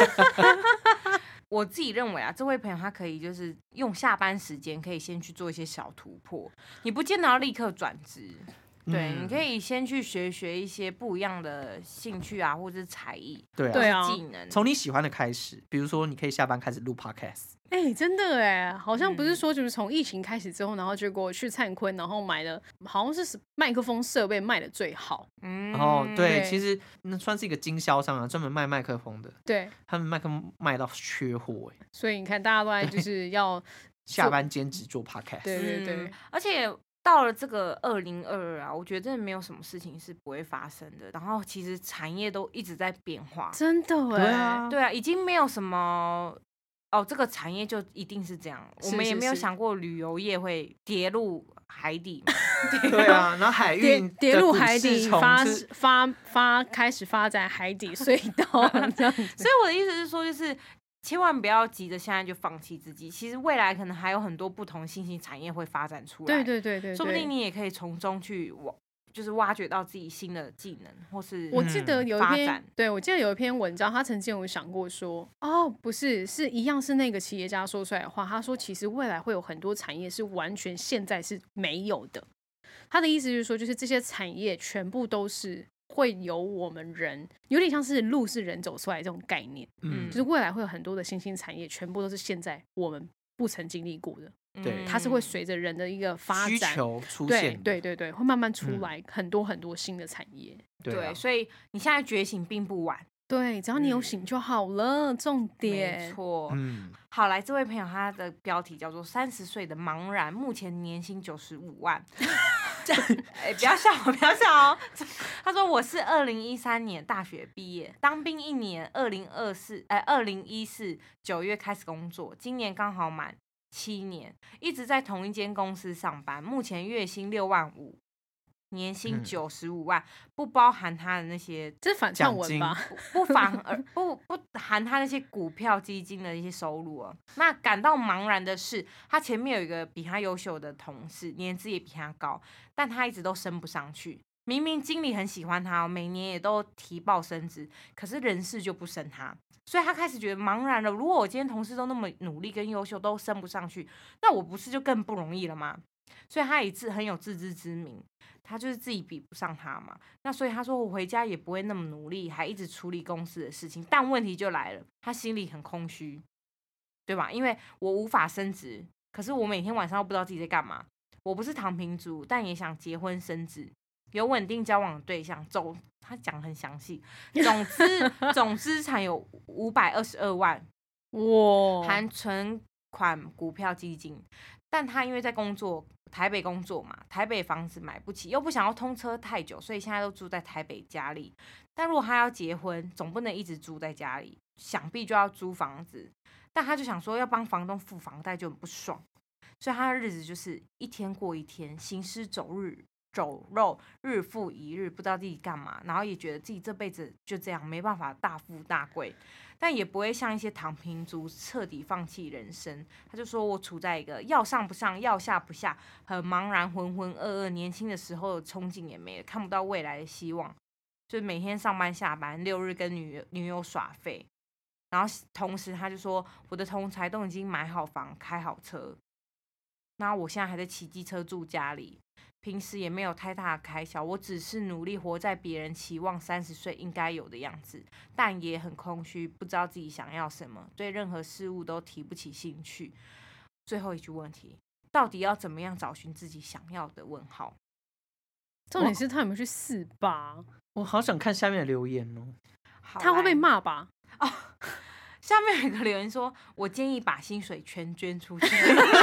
[SPEAKER 1] 我自己认为啊，这位朋友他可以就是用下班时间可以先去做一些小突破，你不见得要立刻转职。对，你可以先去学一些不一样的兴趣啊，或者是才艺，
[SPEAKER 2] 对
[SPEAKER 3] 啊，
[SPEAKER 1] 技能，
[SPEAKER 2] 从你喜欢的开始。比如说，你可以下班开始录 podcast。
[SPEAKER 3] 真的好像不是说就是从疫情开始之后，然后结果去灿坤，然后买了好像是麦克风设备卖的最好。
[SPEAKER 2] 对，其实那算是一个经销商啊，专门卖麦克风的。
[SPEAKER 3] 对，
[SPEAKER 2] 他们麦克风卖到缺货
[SPEAKER 3] 所以你看，大家都在就是要
[SPEAKER 2] 下班兼职做 podcast。
[SPEAKER 3] 对，
[SPEAKER 1] 而且。到了这个2022啊，我觉得真的没有什么事情是不会发生的。然后其实产业都一直在变化，
[SPEAKER 3] 真的
[SPEAKER 1] 对啊，已经没有什么这个产业就一定是这样。我们也没有想过旅游业会跌入海底嘛。
[SPEAKER 2] 对啊，然后海运
[SPEAKER 3] 跌入海底开始发展海底隧道这样子。
[SPEAKER 1] 所以我的意思是说，就是千万不要急着现在就放弃自己，其实未来可能还有很多不同新兴产业会发展出来。
[SPEAKER 3] 对，
[SPEAKER 1] 说不定你也可以从中去就是挖掘到自己新的技能，或是
[SPEAKER 3] 我记得有一篇，
[SPEAKER 1] 发展。
[SPEAKER 3] 对，我记得有一篇文章，他曾经有想过说，哦，不是，是一样是那个企业家说出来的话。他说，其实未来会有很多产业是完全现在是没有的。他的意思就是说，就是这些产业全部都是会由我们人，有点像是路是人走出来这种概念。就是未来会有很多的新兴产业，全部都是现在我们不曾经历过的。
[SPEAKER 2] 对，
[SPEAKER 3] 它是会随着人的一个发展
[SPEAKER 2] 需求出现，
[SPEAKER 3] 对，会慢慢出来很多很多新的产业。
[SPEAKER 1] 对，所以你现在觉醒并不晚。
[SPEAKER 3] 对，只要你有醒就好了，重点。
[SPEAKER 1] 没错。好，来，这位朋友他的标题叫做30岁的茫然，目前年薪95万。不要笑我，不要笑哦。他说我是2013年大学毕业，当兵1年，2014 9月开始工作，今年刚好满7年，一直在同一间公司上班，目前月薪6万5，年薪95万，不包含他的那些，
[SPEAKER 3] 这是反串文吧？
[SPEAKER 1] 不含他那些股票基金的一些收入哦。那感到茫然的是，他前面有一个比他优秀的同事，年资也比他高，但他一直都升不上去。明明经理很喜欢他，每年也都提报升职，可是人事就不升他，所以他开始觉得茫然了。如果我今天同事都那么努力跟优秀，都升不上去，那我不是就更不容易了吗？所以他也很有自知之明，他就是自己比不上他嘛。那所以他说我回家也不会那么努力，还一直处理公司的事情。但问题就来了，他心里很空虚，对吧？因为我无法升职，可是我每天晚上都不知道自己在干嘛。我不是躺平族，但也想结婚生子，有稳定交往的对象。他讲很详细，总资产有522万，
[SPEAKER 3] 哇，
[SPEAKER 1] 含存款、股票、基金。但他因为在台北工作嘛，台北房子买不起，又不想要通车太久，所以现在都住在台北家里。但如果他要结婚，总不能一直住在家里，想必就要租房子。但他就想说，要帮房东付房贷就很不爽，所以他的日子就是一天过一天，行尸走肉，日复一日，不知道自己干嘛，然后也觉得自己这辈子就这样，没办法大富大贵。但也不会像一些躺平族彻底放弃人生。他就说我处在一个要上不上要下不下，很茫然浑浑噩噩，年轻的时候的憧憬也没了，看不到未来的希望，就是每天上班下班，6日跟女友耍废。然后同时他就说我的同侪都已经买好房开好车，那我现在还在骑机车住家里，平时也没有太大的开销，我只是努力活在别人期望30岁应该有的样子，但也很空虚，不知道自己想要什么，对任何事物都提不起兴趣。最后一句问题，到底要怎么样找寻自己想要的？问号。
[SPEAKER 3] 重点是他有没有去488？
[SPEAKER 2] 我好想看下面的留言哦。
[SPEAKER 3] 他会被骂吧？
[SPEAKER 1] 哦，下面有一个留言说，我建议把薪水全捐出去。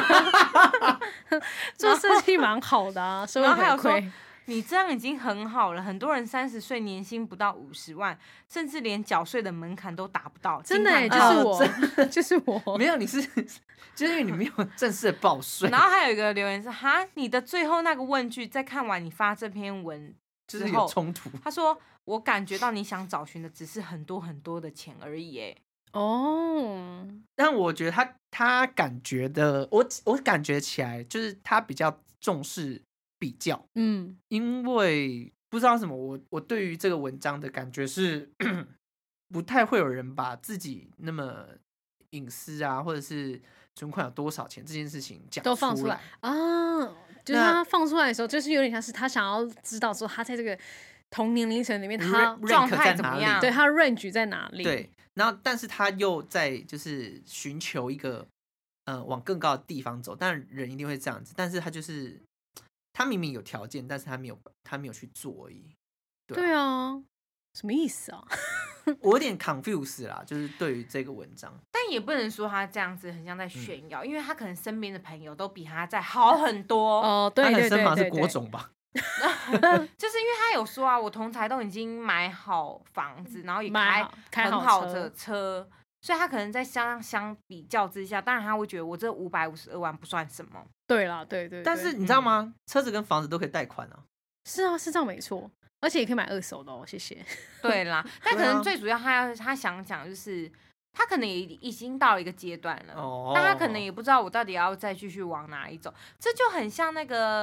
[SPEAKER 3] 做设计蛮好的啊，社会回馈。
[SPEAKER 1] 你这样已经很好了，很多人30岁年薪不到50万，甚至连缴税的门槛都达不到。
[SPEAKER 3] 真的，就是我，就是我。
[SPEAKER 2] 没有，就是因为你没有正式的报税。
[SPEAKER 1] 然后还有一个留言是：哈，你的最后那个问句，在看完你发这篇文之后，
[SPEAKER 2] 就是有冲突。
[SPEAKER 1] 他说：我感觉到你想找寻的只是很多很多的钱而已。哎，
[SPEAKER 3] 哦，
[SPEAKER 2] 但我觉得他感觉的，我感觉起来就是他比较重视比较，因为不知道什么，我对于这个文章的感觉是不太会有人把自己那么隐私啊，或者是存款有多少钱这件事情讲
[SPEAKER 3] 都放出来啊。就是他放出来的时候，就是有点像是他想要知道说他在这个同年龄层里面他
[SPEAKER 1] 状态怎么样，
[SPEAKER 3] 对，他 range 在哪里？
[SPEAKER 2] 对，然后但是他又在就是寻求一个往更高的地方走，但人一定会这样子，但是他就是他明明有条件，但是他没有去做而已。
[SPEAKER 3] 对啊，什么意思啊？
[SPEAKER 2] 我有点 confused 啦，就是对于这个文章，但
[SPEAKER 1] 也不能说他这样子很像在炫耀，因为他可能身边的朋友都比他再好很多。
[SPEAKER 3] 哦，对，
[SPEAKER 2] 他的身旁是国种吧？
[SPEAKER 1] 就是因为他有说啊，我同侪都已经买好房子，然后也开很好的车，所以他可能在相比较之下，当然他会觉得我这552万不算什么。
[SPEAKER 3] 对啦，对。
[SPEAKER 2] 但是你知道吗？车子跟房子都可以贷款啊。
[SPEAKER 3] 是啊，是这样没错，而且也可以买2手的哦，谢谢。
[SPEAKER 1] 对啦，但可能最主要他想讲就是，他可能也已经到一个阶段了，但他可能也不知道我到底要再继续往哪里走，这就很像那个。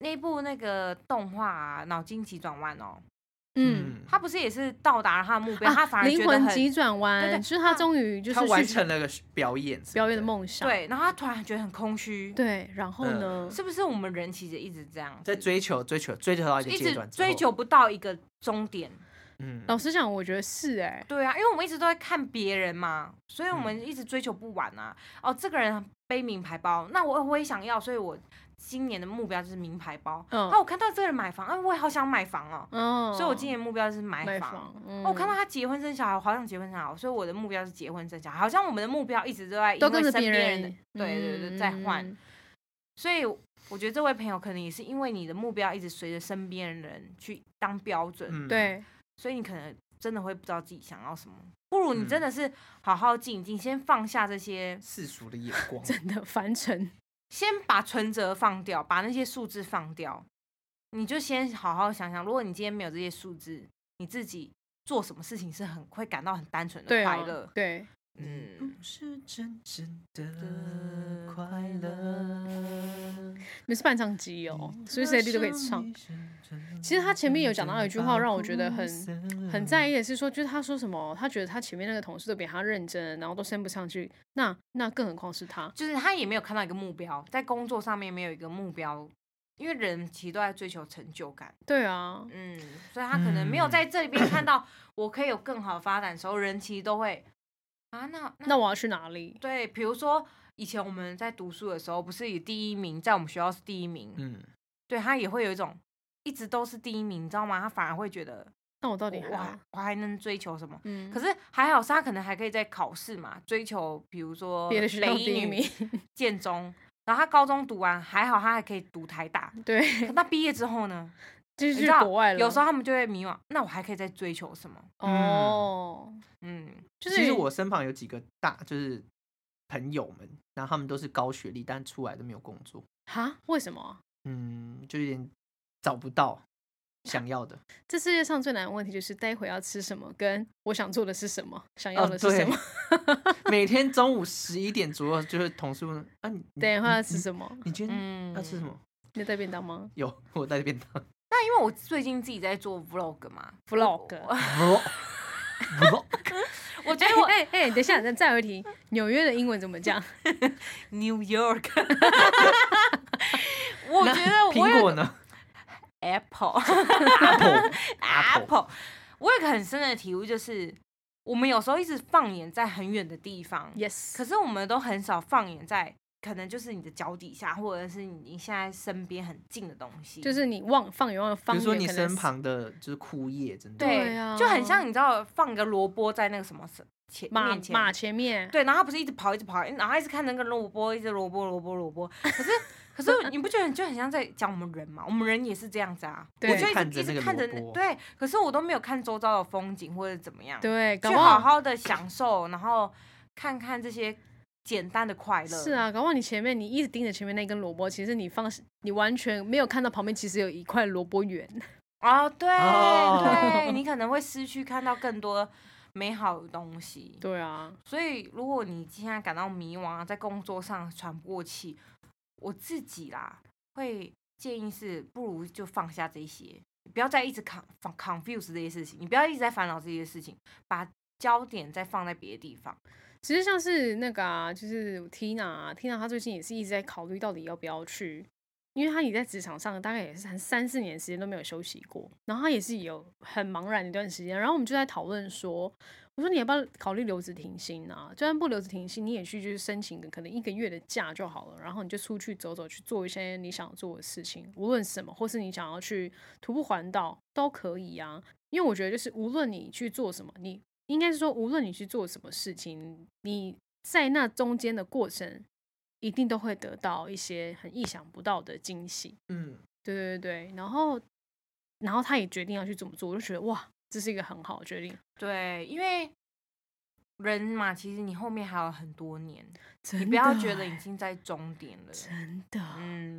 [SPEAKER 1] 那部那个动画啊，脑筋急转弯哦。
[SPEAKER 3] 他
[SPEAKER 1] 不是也是到达了他的目标，他反而
[SPEAKER 3] 灵魂急转弯，
[SPEAKER 1] 对，
[SPEAKER 3] 就是他终于就是
[SPEAKER 2] 他完成了个表演
[SPEAKER 3] 的梦想，
[SPEAKER 1] 对，然后他突然觉得很空虚，
[SPEAKER 3] 对，然后呢，
[SPEAKER 1] 是不是我们人其实一直这样
[SPEAKER 2] 在追求到一个阶段，
[SPEAKER 1] 一直追求不到一个终点？
[SPEAKER 3] 老实讲，我觉得是
[SPEAKER 1] 对啊，因为我们一直都在看别人嘛，所以我们一直追求不完啊。这个人背名牌包，那我也想要，所以我今年的目标就是名牌包。我看到这个人买房，我也好想买房哦。所以我今年目标就是买房。我看到他结婚生小孩，我好想结婚生小孩，所以我的目标是结婚生小孩。好像我们的目标一直都在因为身边人的对在换。所以我觉得这位朋友可能也是因为你的目标一直随着身边的人去当标准，
[SPEAKER 3] 对，
[SPEAKER 1] 所以你可能真的会不知道自己想要什么。不如你真的是好好静一静，先放下这些
[SPEAKER 2] 世俗的眼光，
[SPEAKER 3] 真的凡尘。
[SPEAKER 1] 先把存折放掉，把那些数字放掉，你就先好好想想，如果你今天没有这些数字，你自己做什么事情是会感到很单纯的快乐。
[SPEAKER 3] 对，
[SPEAKER 2] 不是真正的快乐。
[SPEAKER 3] 你们是伴唱机哦，随时随地都可以唱。其实他前面有讲到一句话，让我觉得很在意的是说，就是他说什么，他觉得他前面那个同事都比他认真，然后都升不上去，那更何况是他，
[SPEAKER 1] 就是他也没有看到一个目标，在工作上面没有一个目标，因为人其实都在追求成就感。
[SPEAKER 3] 对啊，
[SPEAKER 1] 所以他可能没有在这边看到我可以有更好的发展的时候，人其实都会那
[SPEAKER 3] 我要去哪里？
[SPEAKER 1] 对，比如说以前我们在读书的时候，不是以第一名，在我们学校是第一名，对他也会有一种一直都是第一名，你知道吗？他反而会觉得，
[SPEAKER 3] 那我到底
[SPEAKER 1] 我还能追求什么？可是还好是他可能还可以在考试嘛，追求比如说
[SPEAKER 3] 别的学校第一名，
[SPEAKER 1] 建中，然后他高中读完还好，他还可以读台大，
[SPEAKER 3] 对。
[SPEAKER 1] 可他毕业之后呢？
[SPEAKER 3] 就是去国外了。
[SPEAKER 1] 有时候他们就会迷惘，那我还可以再追求什么？
[SPEAKER 2] 就是其实我身旁有几个就是朋友们，然后他们都是高学历，但出来都没有工作。
[SPEAKER 3] 哈？为什么？
[SPEAKER 2] 就有点找不到想要的。
[SPEAKER 3] 这世界上最难的问题就是待会要吃什么，跟我想做的是什么，想要的是什么。
[SPEAKER 2] 每天中午11点左右，就是同事问你
[SPEAKER 3] 等一会要吃什么？
[SPEAKER 2] 你今天要吃什么？
[SPEAKER 3] 你有带便当吗？
[SPEAKER 2] 有，我带便当。
[SPEAKER 1] 那因为我最近自己在做 vlog 嘛
[SPEAKER 3] ，vlog，
[SPEAKER 1] 我觉得我
[SPEAKER 3] 等一下，再有一题，纽约的英文怎么讲
[SPEAKER 1] ？New York。我觉得
[SPEAKER 2] 苹果呢
[SPEAKER 1] ？Apple。我有一个很深的体悟，就是我们有时候一直放眼在很远的地方
[SPEAKER 3] ，yes，
[SPEAKER 1] 可是我们都很少放眼在可能就是你的脚底下，或者是你现在身边很近的东西，
[SPEAKER 3] 就是你放眼望方圆，
[SPEAKER 2] 比如说你身旁的就是枯叶，真的
[SPEAKER 1] 对啊，就很像你知道放一个萝卜在那个什么
[SPEAKER 3] 马前面，
[SPEAKER 1] 对，然后他不是一直跑，然后一直看那个萝卜，一直萝卜，可是你不觉得就很像在讲我们人吗？我们人也是这样子啊，我就一直看着对，可是我都没有看周遭的风景或者怎么样，
[SPEAKER 3] 对，
[SPEAKER 1] 去好好的享受，然后看看这些简单的快乐。
[SPEAKER 3] 是啊，搞不好你前面你一直盯着前面那根萝卜，其实你完全没有看到旁边其实有一块萝卜圆。
[SPEAKER 1] 对，你可能会失去看到更多美好的东西。
[SPEAKER 3] 对啊，
[SPEAKER 1] 所以如果你现在感到迷惘，在工作上喘不过气，我自己啦会建议是，不如就放下这些，不要再一直confuse 这些事情，你不要一直在烦恼这些事情，把焦点再放在别的地方。
[SPEAKER 3] 其实像是那个就是 Tina 她最近也是一直在考虑到底要不要去，因为她也在职场上大概也是3-4年时间都没有休息过，然后她也是有很茫然的一段时间，然后我们就在讨论说，我说你要不要考虑留职停薪啊？就算不留职停薪，你也去就是申请可能1个月的假就好了，然后你就出去走走，去做一些你想做的事情，无论什么，或是你想要去徒步环岛都可以啊。因为我觉得就是无论你去做什么，你应该是说无论你去做什么事情，你在那中间的过程一定都会得到一些很意想不到的惊喜。对，然后他也决定要去这么做，我就觉得哇，这是一个很好的决定。
[SPEAKER 1] 对，因为人嘛，其实你后面还有很多年，你不要觉得已经在终点了。
[SPEAKER 3] 真的。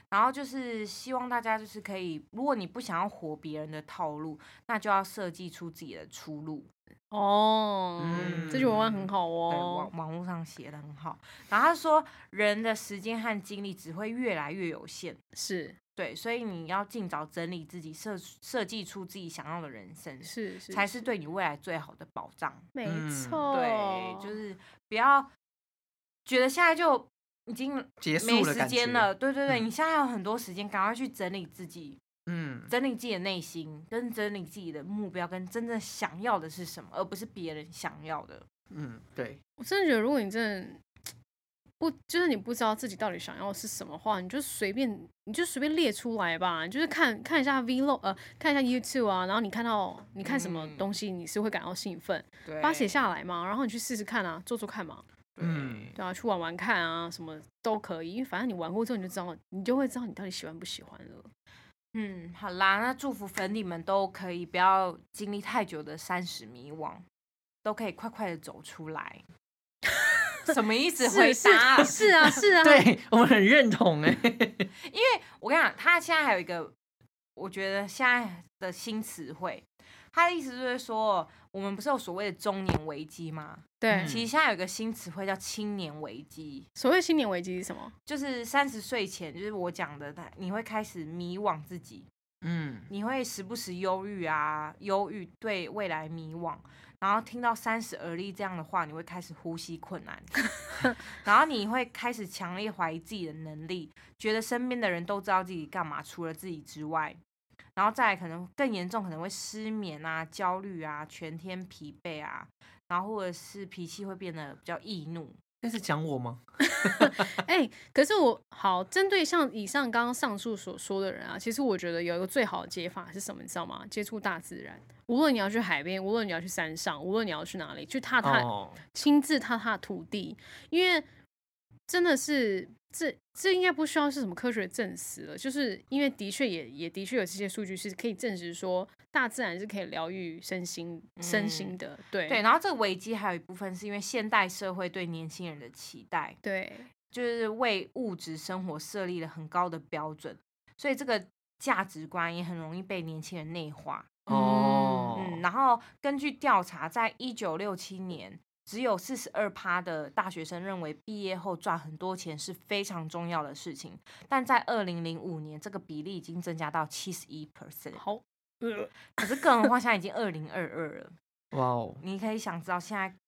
[SPEAKER 1] 然后就是希望大家就是可以，如果你不想要活别人的套路，那就要设计出自己的出路。
[SPEAKER 3] 这句文案很好哦，
[SPEAKER 1] 对，网络上写的很好。然后他说，人的时间和精力只会越来越有限，
[SPEAKER 3] 是
[SPEAKER 1] 对，所以你要尽早整理自己，设计出自己想要的人生，才是对你未来最好的保障。
[SPEAKER 3] 没错，
[SPEAKER 1] 对，就是不要觉得现在就已经没时间了，对对对，你现在还有很多时间，赶快去整理自己。整理自己的内心，跟整理自己的目标，跟真正想要的是什么，而不是别人想要的。
[SPEAKER 2] 对。
[SPEAKER 3] 我真的觉得，如果你真的就是你不知道自己到底想要的是什么话，你就随便列出来吧。你就是看一下 Vlog，看一下 YouTube 啊，然后你看什么东西，你是会感到兴奋，把它写下来嘛，然后你去试试看啊，做做看嘛。对啊，去玩玩看啊，什么都可以，因为反正你玩过之后，你就会知道你到底喜欢不喜欢了。
[SPEAKER 1] 好啦，那祝福粉底们都可以不要经历太久的30迷惘，都可以快快的走出来。什么意思？回答
[SPEAKER 3] 是啊，
[SPEAKER 2] 对我们很认同哎。
[SPEAKER 1] 因为我跟你讲，他现在还有一个，我觉得现在的新词汇，他的意思就是说，我们不是有所谓的中年危机吗？
[SPEAKER 3] 对，
[SPEAKER 1] 其实现在有一个新词汇叫青年危机。
[SPEAKER 3] 所谓青年危机是什么？
[SPEAKER 1] 就是30岁前，就是我讲的，你会开始迷惘自己，你会时不时忧郁，对未来迷惘，然后听到30而立这样的话，你会开始呼吸困难，然后你会开始强烈怀疑自己的能力，觉得身边的人都知道自己干嘛，除了自己之外。然后再来可能更严重，可能会失眠啊、焦虑啊、全天疲惫啊，然后或者是脾气会变得比较易怒。
[SPEAKER 2] 那是讲我吗？
[SPEAKER 3] 可是针对像以上刚刚上述所说的人啊，其实我觉得有一个最好的解法是什么，你知道吗？接触大自然，无论你要去海边，无论你要去山上，无论你要去哪里，去亲自踏土地，因为真的是这应该不需要是什么科学证实了，就是因为的确也的确有这些数据是可以证实说大自然是可以疗愈身心的，对。
[SPEAKER 1] 然后这个危机还有一部分是因为现代社会对年轻人的期待，
[SPEAKER 3] 对，
[SPEAKER 1] 就是为物质生活设立了很高的标准，所以这个价值观也很容易被年轻人内化。然后根据调查，在1967年。只有42%的大学生认为毕业后赚很多钱是非常重要的事情，但在2005年，这个比例已经增加到71%。
[SPEAKER 3] 好，
[SPEAKER 1] 可是更何况现在已经2022了。
[SPEAKER 2] 哇哦！
[SPEAKER 1] 你可以想知道现在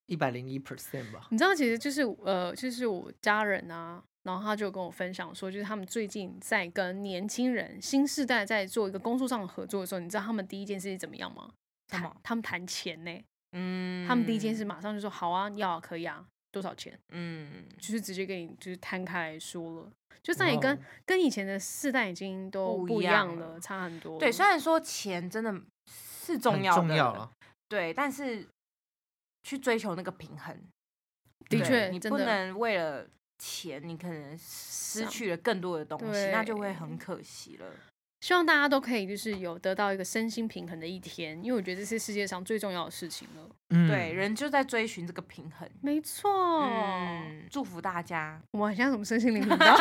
[SPEAKER 2] 101% 吧？
[SPEAKER 3] 你知道，其实就是我家人啊，然后他就跟我分享说，就是他们最近在跟年轻人、新世代在做一个工作上的合作的时候，你知道他们第一件事是怎么样吗？他们谈钱呢。他们第一件事马上就说好啊，要啊，可以啊，多少钱？就是直接跟你就是摊开来说了，就算你跟以前的世代已经都不一样了，差很多。
[SPEAKER 1] 对，虽然说钱真的是重要的，
[SPEAKER 2] 很重要了，
[SPEAKER 1] 对，但是去追求那个平衡，
[SPEAKER 3] 的确，
[SPEAKER 1] 你不能为了钱，你可能失去了更多的东西，那就会很可惜了。
[SPEAKER 3] 希望大家都可以就是有得到一个身心平衡的一天，因为我觉得这是世界上最重要的事情了。
[SPEAKER 1] 对，人就在追寻这个平衡。
[SPEAKER 3] 没错。
[SPEAKER 1] 祝福大家。
[SPEAKER 3] 我们好像什么身心灵频道。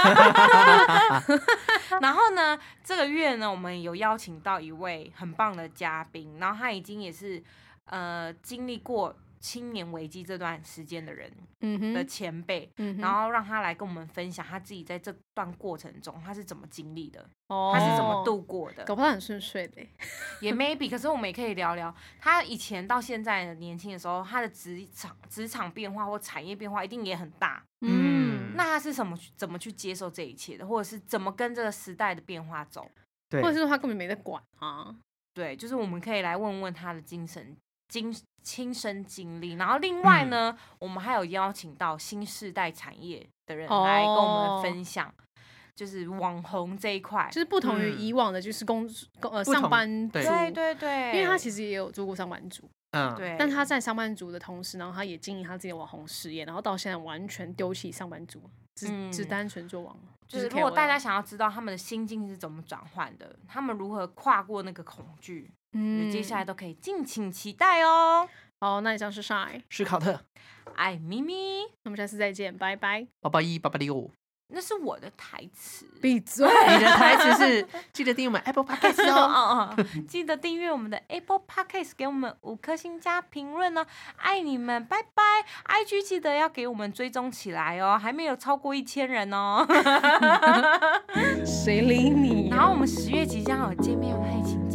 [SPEAKER 1] 然后呢，这个月呢，我们有邀请到一位很棒的嘉宾，然后他已经也是经历过青年危机这段时间的人的前辈，然后让他来跟我们分享他自己在这段过程中他是怎么经历的，他是怎么度过的。
[SPEAKER 3] 搞不好很顺遂的
[SPEAKER 1] 也 maybe， 可是我们也可以聊聊他以前到现在的年轻的时候，他的职场变化或产业变化一定也很大。那他是怎么去接受这一切的，或者是怎么跟这个时代的变化走？
[SPEAKER 3] 或者是说他根本没在管啊？
[SPEAKER 1] 对，就是我们可以来问问他的亲身经历，然后另外呢，我们还有邀请到新世代产业的人来跟我们分享，就是网红这一块，
[SPEAKER 3] 就是不同于以往的，就是上班族，
[SPEAKER 1] 对，
[SPEAKER 3] 因为他其实也有做过上班族，
[SPEAKER 1] 对，
[SPEAKER 3] 但他在上班族的同时，然后他也经营他自己的网红事业，然后到现在完全丢弃上班族，只单纯做网红。
[SPEAKER 1] 就是如果大家想要知道他们的心境是怎么转换的，他们如何跨过那个恐惧，接下来都可以敬请期待哦。
[SPEAKER 3] 好，那以上是 Shine，
[SPEAKER 2] 是考特，
[SPEAKER 1] 爱咪咪，
[SPEAKER 3] 那我们下次再见，拜拜，
[SPEAKER 2] 881 886。
[SPEAKER 1] 那是我的台词。
[SPEAKER 3] 闭嘴！
[SPEAKER 2] 你的台词是记得订阅我们 Apple Podcast 哦。
[SPEAKER 1] 记得订阅我们的 Apple Podcast， 给我们5颗星加评论哦，爱你们，拜拜。IG 记得要给我们追踪起来哦，还没有超过1000人哦。
[SPEAKER 3] 谁理你？
[SPEAKER 1] 然后我们10月即将有见面会，请